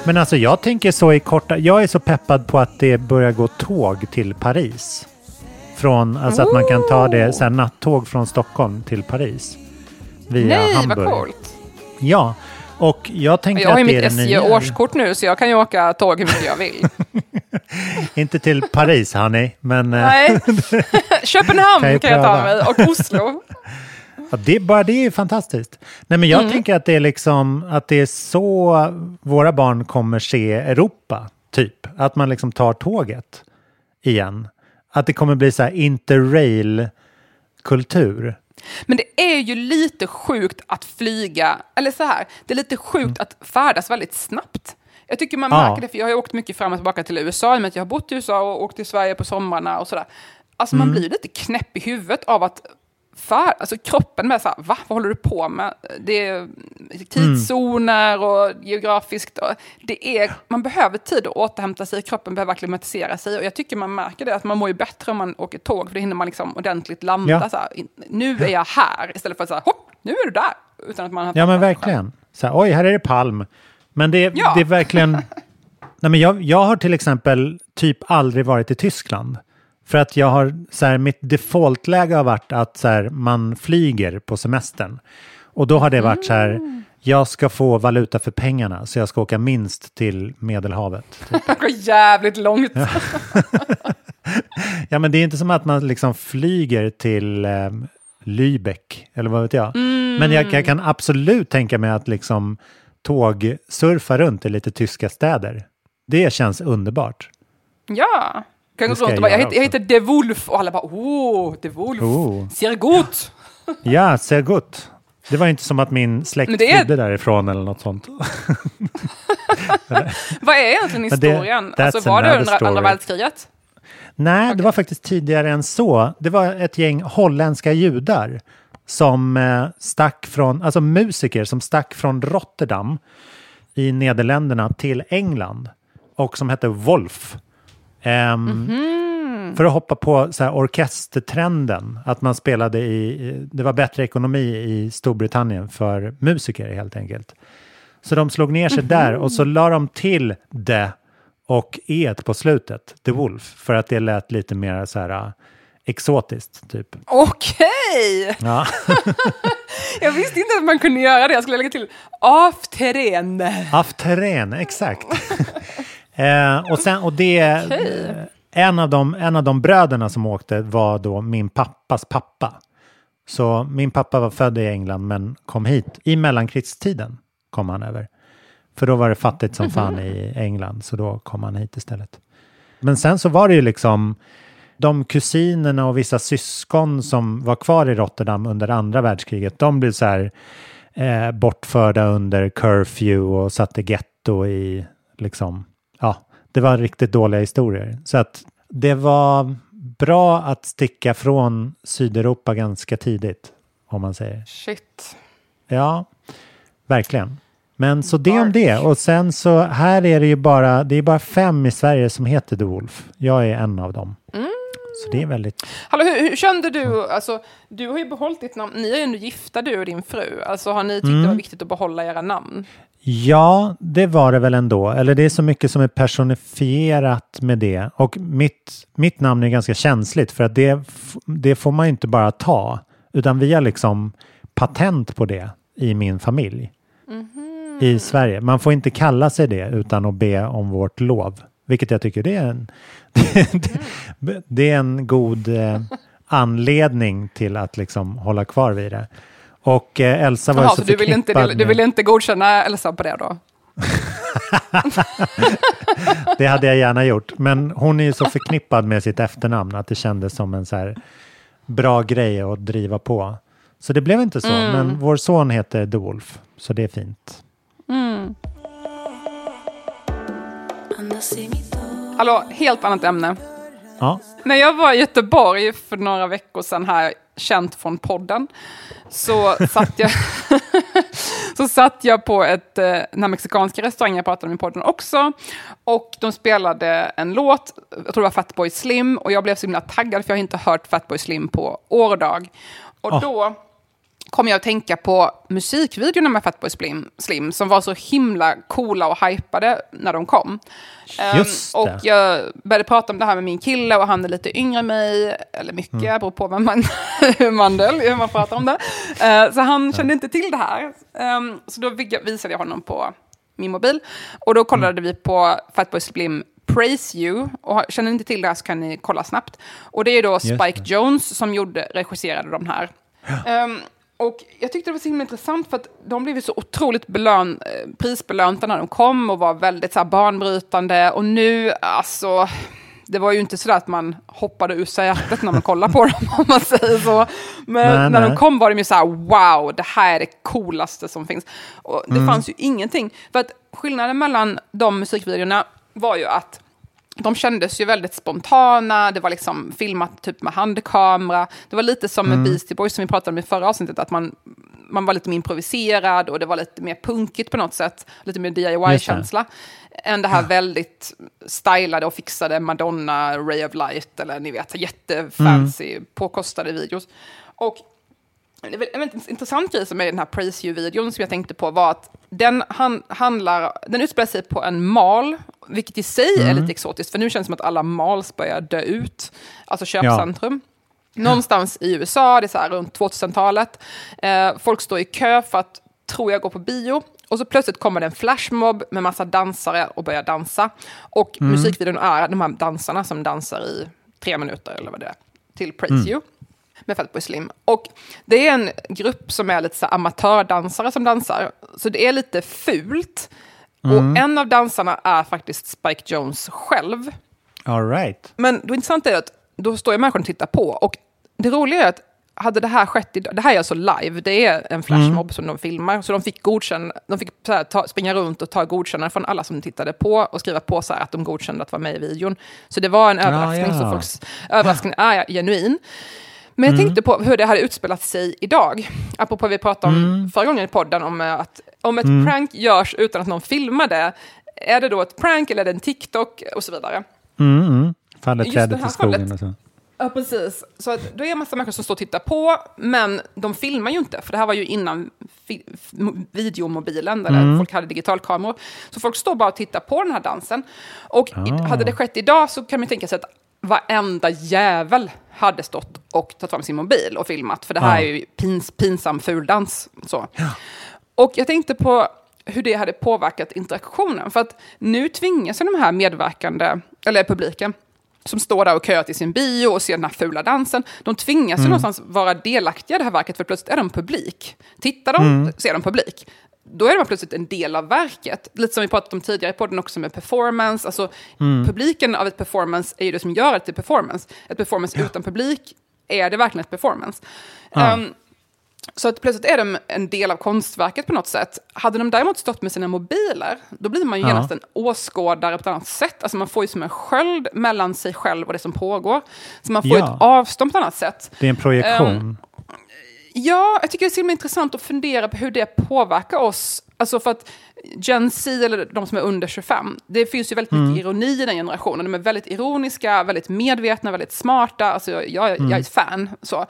Men alltså jag tänker så i korta... Jag är så peppad på att det börjar gå tåg till Paris. Alltså att man kan ta det så här, nattåg från Stockholm till Paris. Via Hamburg. Vad coolt. Ja, och jag tänker jag har att ju det är mitt SJ-årskort nu så jag kan ju åka tåg hur mycket jag vill. Inte till Paris, hörni, men... Nej, Köpenhamn kan jag ta mig och Oslo. Ja, det är fantastiskt. Nej, men jag tänker att det är liksom att det är så våra barn kommer se Europa, typ. Att man liksom tar tåget igen. Att det kommer bli så här interrail-kultur. Men det är ju lite sjukt att flyga, eller så här, det är lite sjukt att färdas väldigt snabbt. Jag tycker man märker det, för jag har ju åkt mycket fram och tillbaka till USA, men jag har bott i USA och åkt till Sverige på sommarna och sådär. Alltså man blir lite knäpp i huvudet av att alltså kroppen med så här, vad håller du på med? Det är tidszoner och geografiskt. Och man behöver tid att återhämta sig, kroppen behöver akklimatisera sig. Och jag tycker man märker det, att man mår ju bättre om man åker tåg, för då hinner man liksom ordentligt landa. Ja. Så här, nu är jag här, istället för att säga, hopp, nu är du där. Utan att man har men verkligen. Så här, oj, här är det Palm. Men det är verkligen... Nej, men jag har till exempel typ aldrig varit i Tyskland. För att jag har, så här, mitt defaultläge har varit att så här, man flyger på semestern. Och då har det varit så här, jag ska få valuta för pengarna, så jag ska åka minst till Medelhavet. Typ. Det går jävligt långt. Ja, men det är inte som att man liksom flyger till Lübeck, eller vad vet jag. Men jag kan absolut tänka mig att liksom tågsurfa runt i lite tyska städer. Det känns underbart. Ja. Jag heter De Wolf och alla bara, De Wolf, ser gott. Ja, ser gott. Det var inte som att min släkt flydde därifrån eller något sånt. Vad är egentligen historien? Alltså, var det under andra världskriget? Nej, det var faktiskt tidigare än så. Det var ett gäng holländska judar som stack från, alltså musiker som stack från Rotterdam i Nederländerna till England och som hette Wolf. För att hoppa på så här orkestertrenden, att man spelade det var bättre ekonomi i Storbritannien för musiker helt enkelt. Så de slog ner sig där och så la de till det och på slutet, The Wolf, för att det lät lite mer så här exotiskt typ. Okej! Ja. Jag visste inte att man kunde göra det. Jag skulle lägga till afterren. Afterren, exakt. En av de bröderna som åkte var då min pappas pappa. Så min pappa var född i England men kom hit i mellankrigstiden, kom han över. För då var det fattigt som fan i England, så då kom han hit istället. Men sen så var det ju liksom de kusinerna och vissa syskon som var kvar i Rotterdam under andra världskriget, de blev så här bortförda under curfew och satte getto i liksom, det var riktigt dåliga historier. Så att det var bra att sticka från Sydeuropa ganska tidigt, om man säger. Shit. Ja, verkligen. Men så det om det. Och sen så här är det ju bara 5 i Sverige som heter The Wolf. Jag är en av dem. Så det är väldigt... Hallå, hur kände du? Alltså, du har ju behållit ditt namn. Ni är ju ändå gifta, du och din fru. Alltså, har ni tyckt det var viktigt att behålla era namn? Ja, det var det väl ändå. Eller det är så mycket som är personifierat med det. Och mitt namn är ganska känsligt, för att det får man ju inte bara ta. Utan vi har liksom patent på det i min familj. I Sverige. Man får inte kalla sig det utan att be om vårt lov. Vilket jag tycker det är en god anledning till att liksom hålla kvar vid det. Och Elsa var ju så förknippad du vill inte godkänna Elsa på det då? Det hade jag gärna gjort. Men hon är ju så förknippad med sitt efternamn att det kändes som en så här bra grej att driva på. Så det blev inte så. Men vår son heter The Wolf. Så det är fint. Hallå, helt annat ämne. Ja. När jag var i Göteborg för några veckor sedan här, känt från podden, så satt jag på den här mexikanska restaurangen jag pratade om i podden också, och de spelade en låt, jag tror det var Fatboy Slim, och jag blev så himla taggad för jag har inte hört Fatboy Slim på år och dag. Och då kom jag att tänka på musikvideorna med Fatboy Slim som var så himla coola och hypade när de kom. Och jag började prata om det här med min kille och han är lite yngre än mig, eller mycket, beror på hur man pratar om det. Så han kände inte till det här. Så då visade jag honom på min mobil och då kollade vi på Fatboy Slim Praise You, och känner ni inte till det här så kan ni kolla snabbt. Och det är då Spike Jonze som regisserade de här. Och jag tyckte det var så himla intressant för att de blev så otroligt prisbelönta när de kom och var väldigt så här banbrytande. Och nu, alltså, det var ju inte så att man hoppade ur sätet när man kollar på dem, om man säger så. Men när de kom var de ju så här, wow, det här är det coolaste som finns. Och det fanns ju ingenting. För att skillnaden mellan de musikvideorna var ju att de kändes ju väldigt spontana. Det var liksom filmat typ med handkamera. Det var lite som med Beastie Boys som vi pratade om i förra avsnittet. Att man var lite mer improviserad och det var lite mer punkigt på något sätt. Lite mer DIY-känsla. Än det här väldigt stylade och fixade Madonna, Ray of Light eller ni vet, jättefancy påkostade videos. Och en väldigt intressant grej som är den här Praise You-videon som jag tänkte på var att den utspelar sig på en mall, vilket i sig är lite exotiskt, för nu känns det som att alla malls börjar dö ut, alltså köpcentrum. Någonstans i USA, det är så här runt 2000-talet, folk står i kö för att, tror jag, gå på bio. Och så plötsligt kommer det en flashmob med massa dansare och börjar dansa. Och musikvideon är de här dansarna som dansar i 3 minuter eller vad det är, till Praise You med Fatboy Slim. Och det är en grupp som är lite så amatördansare som dansar. Så det är lite fult. Och en av dansarna är faktiskt Spike Jonze själv. All right. Men det intressanta är att då står jag människan och tittar på. Och det roliga är att hade det här skett idag, det här är alltså live, det är en flashmob som de filmar, så de fick så här, springa runt och ta godkännande från alla som tittade på och skriva på så här att de godkände att vara med i videon. Så det var en överraskning, så folks överraskning är genuin. Men jag tänkte på hur det hade utspelat sig idag. Apropå vi pratade om förra gången i podden om att om ett prank görs utan att någon filmar det, är det då ett prank eller är det en TikTok och så vidare. Faller trädet i skogen och så. Ja, precis. Så att då är det en massa människor som står och tittar på, men de filmar ju inte, för det här var ju innan videomobilen, eller folk hade digitalkameror. Så folk står bara och tittar på den här dansen. Och hade det skett idag så kan man tänka sig att varenda jävel hade stått och tagit fram sin mobil och filmat, för det här är ju pinsam fuldans. Så. Och jag tänkte på hur det hade påverkat interaktionen, för att nu tvingas de här medverkande, eller publiken, som står där och köar till sin bio och ser den här fula dansen, de tvingas ju någonstans vara delaktiga i det här verket, för plötsligt är de publik. Tittar de, ser de publik. Då är de plötsligt en del av verket. Lite som vi pratat om tidigare i podden också med performance. Alltså publiken av ett performance är ju det som gör det till performance. Ett performance utan publik, är det verkligen ett performance? Så att plötsligt är de en del av konstverket på något sätt. Hade de däremot stått med sina mobiler, då blir man ju genast en åskådare på ett annat sätt. Alltså man får ju som en sköld mellan sig själv och det som pågår. Så man får ett avstånd på ett annat sätt. Det är en projektion. Ja, jag tycker det är så intressant att fundera på hur det påverkar oss. Alltså för att Gen Z, eller de som är under 25, det finns ju väldigt mycket ironi i den generationen. De är väldigt ironiska, väldigt medvetna, väldigt smarta. Alltså jag är ett fan. Så.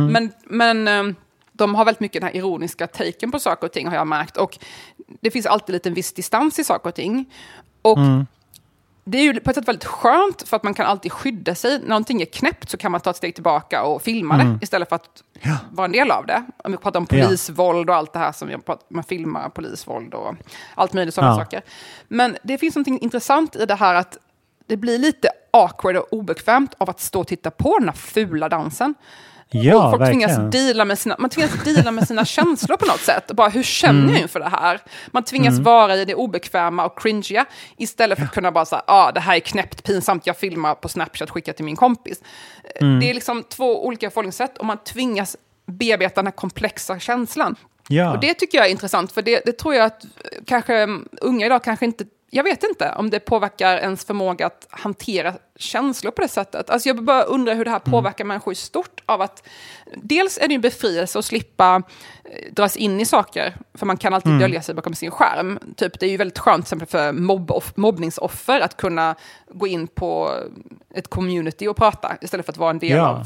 Men de har väldigt mycket den här ironiska taken på saker och ting, har jag märkt. Och det finns alltid lite en viss distans i saker och ting. Och det är ju på ett sätt väldigt skönt, för att man kan alltid skydda sig. När någonting är knäppt så kan man ta ett steg tillbaka och filma det istället för att vara en del av det. Om vi pratar om polisvåld och allt det här som man filmar polisvåld och allt möjligt sådana saker. Men det finns någonting intressant i det här att det blir lite awkward och obekvämt av att stå och titta på den här fula dansen. Ja, folk tvingas deala med sina känslor på något sätt. Bara, hur känner jag inför det här? Man tvingas vara i det obekväma och cringiga istället för att kunna bara säga, det här är knäppt, pinsamt, jag filmar på Snapchat, skickar till min kompis. Det är liksom 2 olika förhållningssätt och man tvingas bearbeta den här komplexa känslan. Ja. Och det tycker jag är intressant, för det tror jag att kanske unga idag kanske inte, jag vet inte om det påverkar ens förmåga att hantera känslor på det sättet. Alltså jag bara undrar hur det här påverkar människor i stort, av att dels är det en befrielse att slippa dras in i saker, för man kan alltid dölja sig bakom sin skärm. Typ, det är ju väldigt skönt till exempel för mobbningsoffer att kunna gå in på ett community och prata istället för att vara en del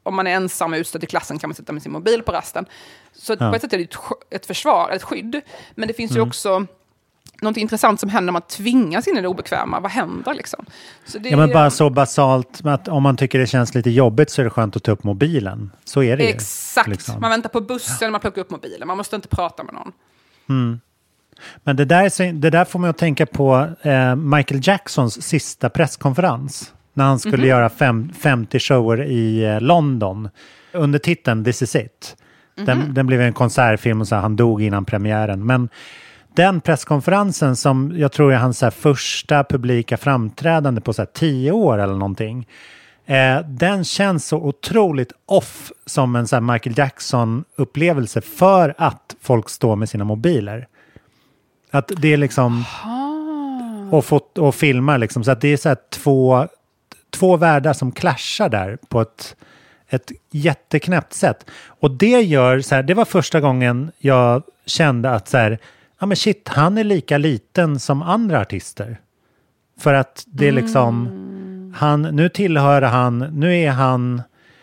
om man är ensam och utstött i klassen kan man sitta med sin mobil på rasten. Så på ett sätt är det ett försvar, ett skydd. Men det finns ju också något intressant som händer när man tvingas in i det obekväma. Vad händer liksom? Så det men bara så basalt att om man tycker det känns lite jobbigt så är det skönt att ta upp mobilen. Så är det ju. Exakt. Liksom. Man väntar på bussen, man plockar upp mobilen. Man måste inte prata med någon. Men det där får man att tänka på Michael Jacksons sista presskonferens. När han skulle göra 50 shower i London. Under titeln This is it. Den blev en konsertfilm och han dog innan premiären. Men den presskonferensen som jag tror är hans första publika framträdande på 10 år eller någonting. Den känns så otroligt off som en Michael Jackson-upplevelse för att folk står med sina mobiler. Att det är liksom och filmar liksom. Så att det är två världar som clashar där på ett jätteknäppt sätt. Och det gör det var första gången jag kände att men shit, han är lika liten som andra artister. För att det är liksom nu är han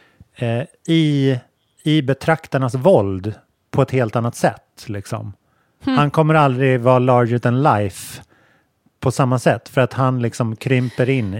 i betraktarnas våld på ett helt annat sätt liksom. Han kommer aldrig vara larger than life på samma sätt för att han liksom krymper in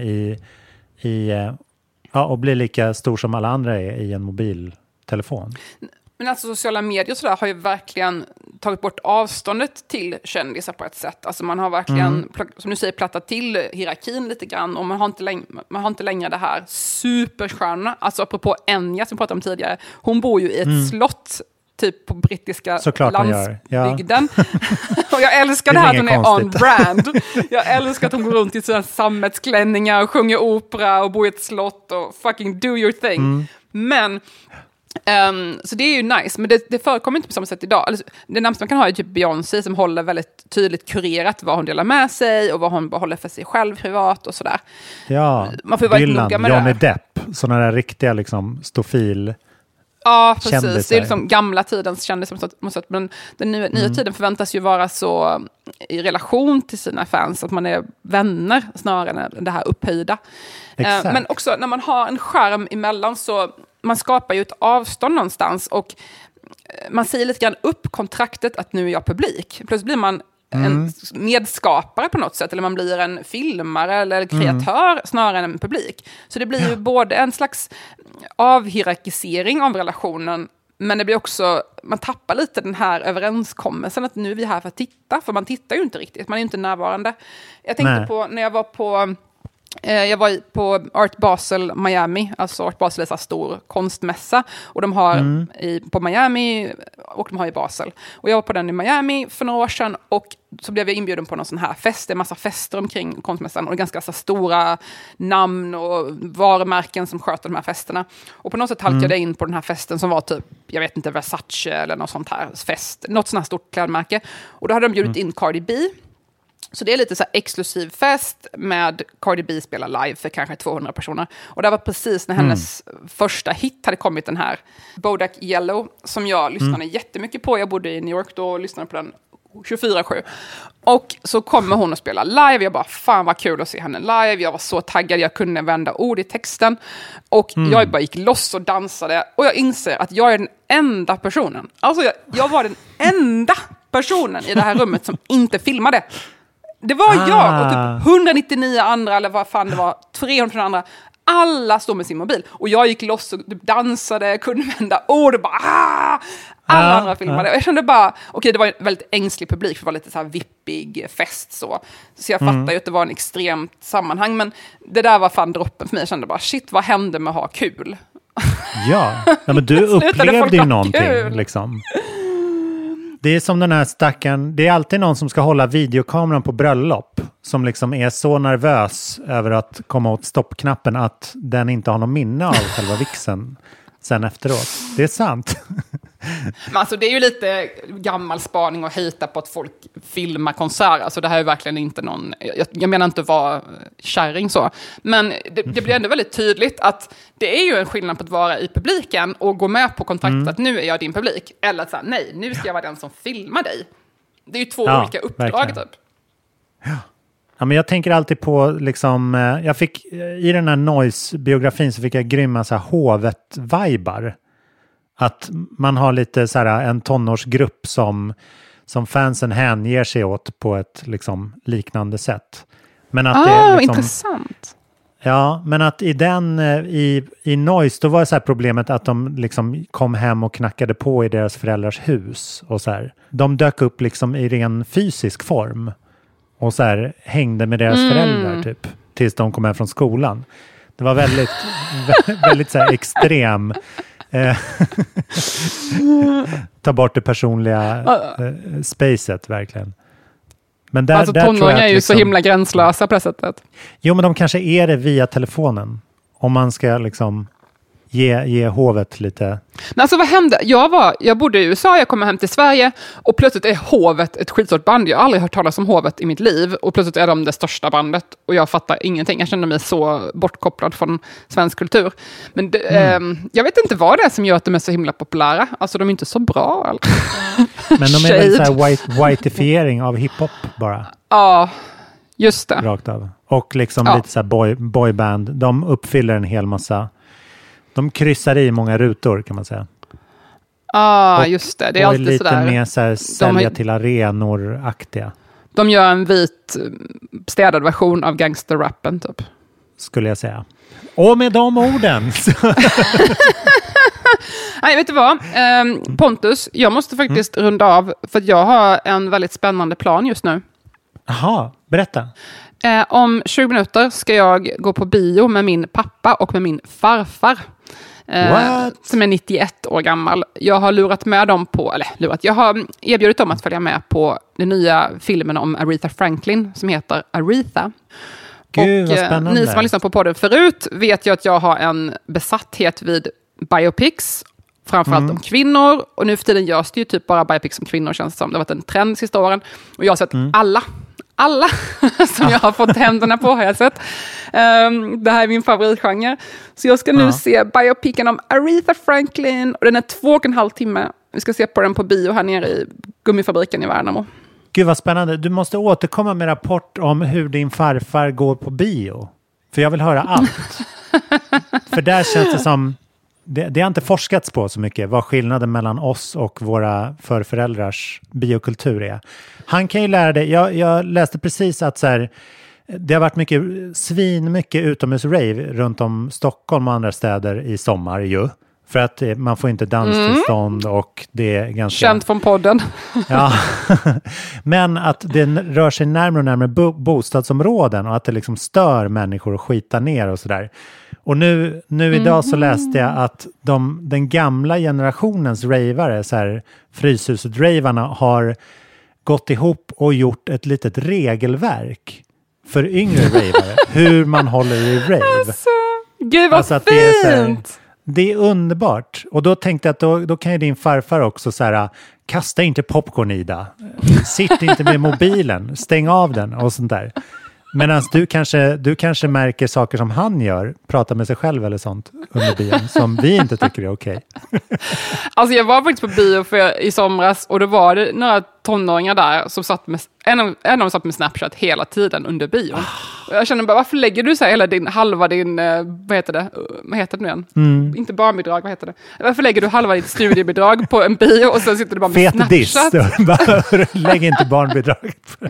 och blir lika stor som alla andra är i en mobiltelefon. Men alltså sociala medier och sådär har ju verkligen tagit bort avståndet till kändisar på ett sätt. Alltså man har verkligen, som du säger, plattat till hierarkin lite grann. Och man har inte längre det här superstjärna. Alltså apropå Enya som vi pratade om tidigare. Hon bor ju i ett slott typ på brittiska landsbygden. Ja. Och jag älskar det här att hon är on brand. Jag älskar att hon går runt i sina sammetsklänningar och sjunger opera och bor i ett slott och fucking do your thing. Men så det är ju nice, men det förekommer inte på samma sätt idag. Alltså, det närmaste man kan ha är typ Beyoncé som håller väldigt tydligt kurerat vad hon delar med sig och vad hon behåller för sig själv privat och sådär. Ja, man får vara noga med Johnny Depp, sådana där riktiga liksom stofil. Ja, precis. Kändisar. Det är liksom gamla tidens kändisar, men den nya tiden förväntas ju vara så i relation till sina fans att man är vänner snarare än det här upphöjda. Men också när man har en skärm emellan så man skapar ju ett avstånd någonstans och man säger lite grann upp kontraktet att nu är jag publik. Plötsligt blir man en medskapare på något sätt, eller man blir en filmare eller kreatör snarare än en publik. Så det blir ju både en slags avhierarkisering av relationen, men det blir också, man tappar lite den här överenskommelsen att nu är vi här för att titta, för man tittar ju inte riktigt, man är ju inte närvarande. Jag tänkte på när jag var på Art Basel Miami, alltså Art Basel är så stor konstmässa och de har på Miami och de har i Basel. Och jag var på den i Miami för några år sedan och så blev jag inbjuden på någon sån här fest, det är en massa fester omkring konstmässan och det är ganska så stora namn och varumärken som sköter de här festerna. Och på något sätt halkade jag in på den här festen som var typ, jag vet inte, Versace eller något sånt här fest, något sånt här stort klädmärke. Och då hade de bjudit in Cardi B. Så det är lite så här exklusiv fest med Cardi B spelar live för kanske 200 personer. Och det var precis när hennes första hit hade kommit, den här Bodak Yellow, som jag lyssnade jättemycket på. Jag bodde i New York då och lyssnade på den 24/7. Och så kommer hon och spelar live. Jag bara, fan vad kul att se henne live. Jag var så taggad, jag kunde vända ord i texten. Och jag bara gick loss och dansade. Och jag inser att jag är den enda personen. Alltså jag var den enda personen i det här rummet som inte filmade. Det var jag och typ 199 andra, eller vad fan det var, 300 andra. Alla stod med sin mobil. Och jag gick loss och dansade, kunde vända ord och bara alla andra filmade. Och jag kände bara, okej, det var en väldigt ängslig publik, för det var lite så här vippig fest så jag fattar ju att det var en extremt sammanhang, men det där var fan droppen för mig. Jag kände bara, shit, vad hände med att ha kul? Ja, men du upplevde ju någonting liksom. Det är som den här stackaren, det är alltid någon som ska hålla videokameran på bröllop som liksom är så nervös över att komma åt stoppknappen att den inte har någon minne av själva vixen sen efteråt. Det är sant. Men alltså det är ju lite gammal spaning att hejta på att folk filmar konserter. Alltså det här är verkligen inte någon, jag menar inte att vara kärring så. Men det blir ändå väldigt tydligt att det är ju en skillnad på att vara i publiken och gå med på kontraktet att nu är jag din publik. Eller att säga, nej, nu ska jag vara den som filmar dig. Det är ju två olika uppdrag typ. Ja, men jag tänker alltid på liksom, jag fick i den här Noise-biografin så fick jag grymma så här hovet-vibar. Att man har lite så här en tonårsgrupp som fansen hänger sig åt på ett liksom liknande sätt. Men att det är liksom, intressant. Ja, men att i Noise då var det så här problemet att de liksom kom hem och knackade på i deras föräldrars hus och så här. De dök upp liksom i ren fysisk form och så här hängde med deras föräldrar typ tills de kom hem från skolan. Det var väldigt väldigt så här extrem ta bort det personliga spacet verkligen. Men där, alltså tonåringar är ju liksom så himla gränslösa på det sättet. Jo, men de kanske är det via telefonen. Om man ska liksom ge hovet lite... Men alltså vad hände? Jag bodde i USA, jag kommer hem till Sverige och plötsligt är hovet ett skitstort band. Jag har aldrig hört talas om hovet i mitt liv och plötsligt är de det största bandet och jag fattar ingenting. Jag känner mig så bortkopplad från svensk kultur. Men jag vet inte vad det är som gör att de är så himla populära. Alltså de är inte så bra. Eller? Men de är väl så här whiteifiering av hiphop bara. Ja, just det. Rakt av. Och liksom lite så här boyband. De uppfyller en hel massa... De kryssar i många rutor kan man säga. Just det. Det är alltid lite sådär. Lite mer så här sälja till arenor-aktiga. De gör en vit städad version av gangsterrappen typ. Skulle jag säga. Och med de orden. Nej, vet du vad? Pontus, jag måste faktiskt runda av för att jag har en väldigt spännande plan just nu. Jaha, berätta. Om 20 minuter ska jag gå på bio med min pappa och med min farfar. Som är 91 år gammal. Jag har jag har erbjudit dem att följa med på den nya filmen om Aretha Franklin som heter Aretha. Gud, vad spännande. Ni som har lyssnat på podden förut vet ju att jag har en besatthet vid biopics, framförallt om kvinnor. Och nu för tiden görs det ju typ bara biopics om kvinnor, känns det som. Det har varit en trend sista åren. Och jag har sett alla som jag har fått händerna på har jag sett. Det här är min favoritgenre. Så jag ska nu se biopicen om Aretha Franklin. Och den är 2,5 timme. Vi ska se på den på bio här nere i gummifabriken i Värnamo. Gud vad spännande. Du måste återkomma med rapport om hur din farfar går på bio. För jag vill höra allt. För där känns det som... Det har inte forskats på så mycket vad skillnaden mellan oss och våra förföräldrars biokultur är. Han kan ju lära dig, jag läste precis att så här, det har varit mycket utomhusrave runt om Stockholm och andra städer i sommar ju. För att man får inte danstillstånd och det är ganska... Känt från podden. Ja, men att det rör sig närmare och närmare bostadsområden och att det liksom stör människor och skita ner och sådär. Och nu idag så läste jag att den gamla generationens ravare, så här Fryshuset-ravarna, har gått ihop och gjort ett litet regelverk för yngre ravare. Hur man håller i rave. Alltså, gud vad fint! Det är underbart. Och då tänkte jag att då kan ju din farfar också så här, kasta inte popcorn, Ida. Sitt inte med mobilen. Stäng av den och sånt där. Medan du kanske märker saker som han gör, pratar med sig själv eller sånt under bion, som vi inte tycker är okej. Alltså jag var faktiskt på bio i somras och då var det några tonåringar där som satt med, en av dem satt med Snapchat hela tiden under bion. Och jag känner bara, varför lägger du så här hela halva din, vad heter det nu igen? Inte barnbidrag, vad heter det? Varför lägger du halva ditt studiebidrag på en bio och sen sitter du bara med Snapchat? Lägg inte barnbidrag.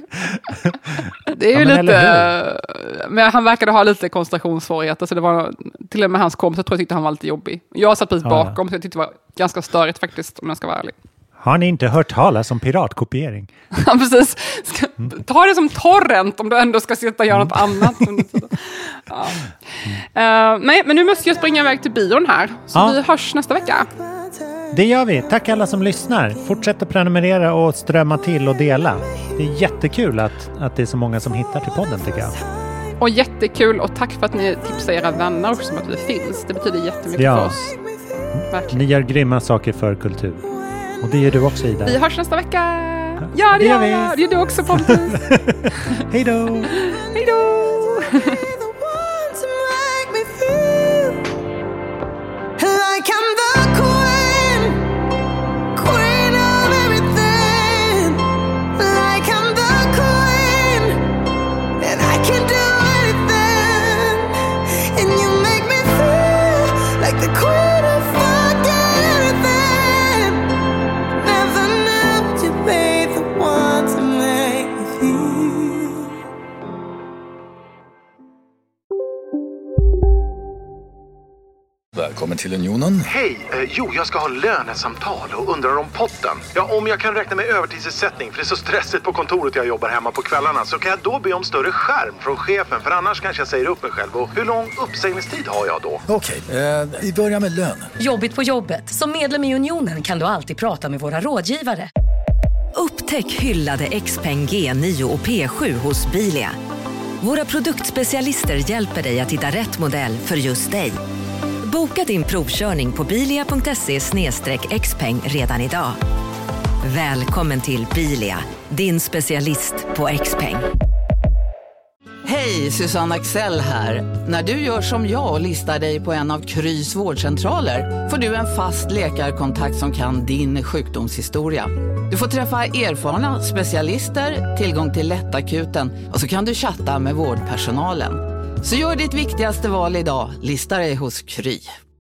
Det är ju lite, men han verkade ha lite koncentrationssvårigheter, så det var till och med hans kompisar tror jag tyckte han var lite jobbig. Jag satt precis bakom, så jag tyckte det var ganska störigt faktiskt, om jag ska vara ärlig. Har ni inte hört talas om piratkopiering? Ja, precis. Ta det som torrent om du ändå ska sitta och göra något annat. Ja. Nej, men nu måste jag springa iväg till bion här. Så vi hörs nästa vecka. Det gör vi. Tack alla som lyssnar. Fortsätt att prenumerera och strömma till och dela. Det är jättekul att det är så många som hittar till podden, tycker jag. Och jättekul, och tack för att ni tipsar era vänner också om att vi finns. Det betyder jättemycket för oss. Verkligen. Ni gör grymma saker för kultur. Och det gör du också, Ida. Vi hörs nästa vecka. Ja, det gör vi. Det gör du också, Pontus. Hej då. Hej då. And Välkommen till Unionen. Hej, jag ska ha lönesamtal och undrar om potten. Ja, om jag kan räkna med övertidsersättning för det är så stressigt på kontoret jag jobbar hemma på kvällarna, så kan jag då be om större skärm från chefen, för annars kanske jag säger upp mig själv. Och hur lång uppsägningstid har jag då? Okej, vi börjar med lön. Jobbigt på jobbet. Som medlem i Unionen kan du alltid prata med våra rådgivare. Upptäck hyllade XPeng G9 och P7 hos Bilia. Våra produktspecialister hjälper dig att hitta rätt modell för just dig. Boka din provkörning på bilia.se/xpeng redan idag. Välkommen till Bilia, din specialist på XPeng. Hej, Susanne Axel här. När du gör som jag och listar dig på en av Krys vårdcentraler får du en fast läkarkontakt som kan din sjukdomshistoria. Du får träffa erfarna specialister, tillgång till lättakuten och så kan du chatta med vårdpersonalen. Så gör ditt viktigaste val idag, lista dig hos Kry.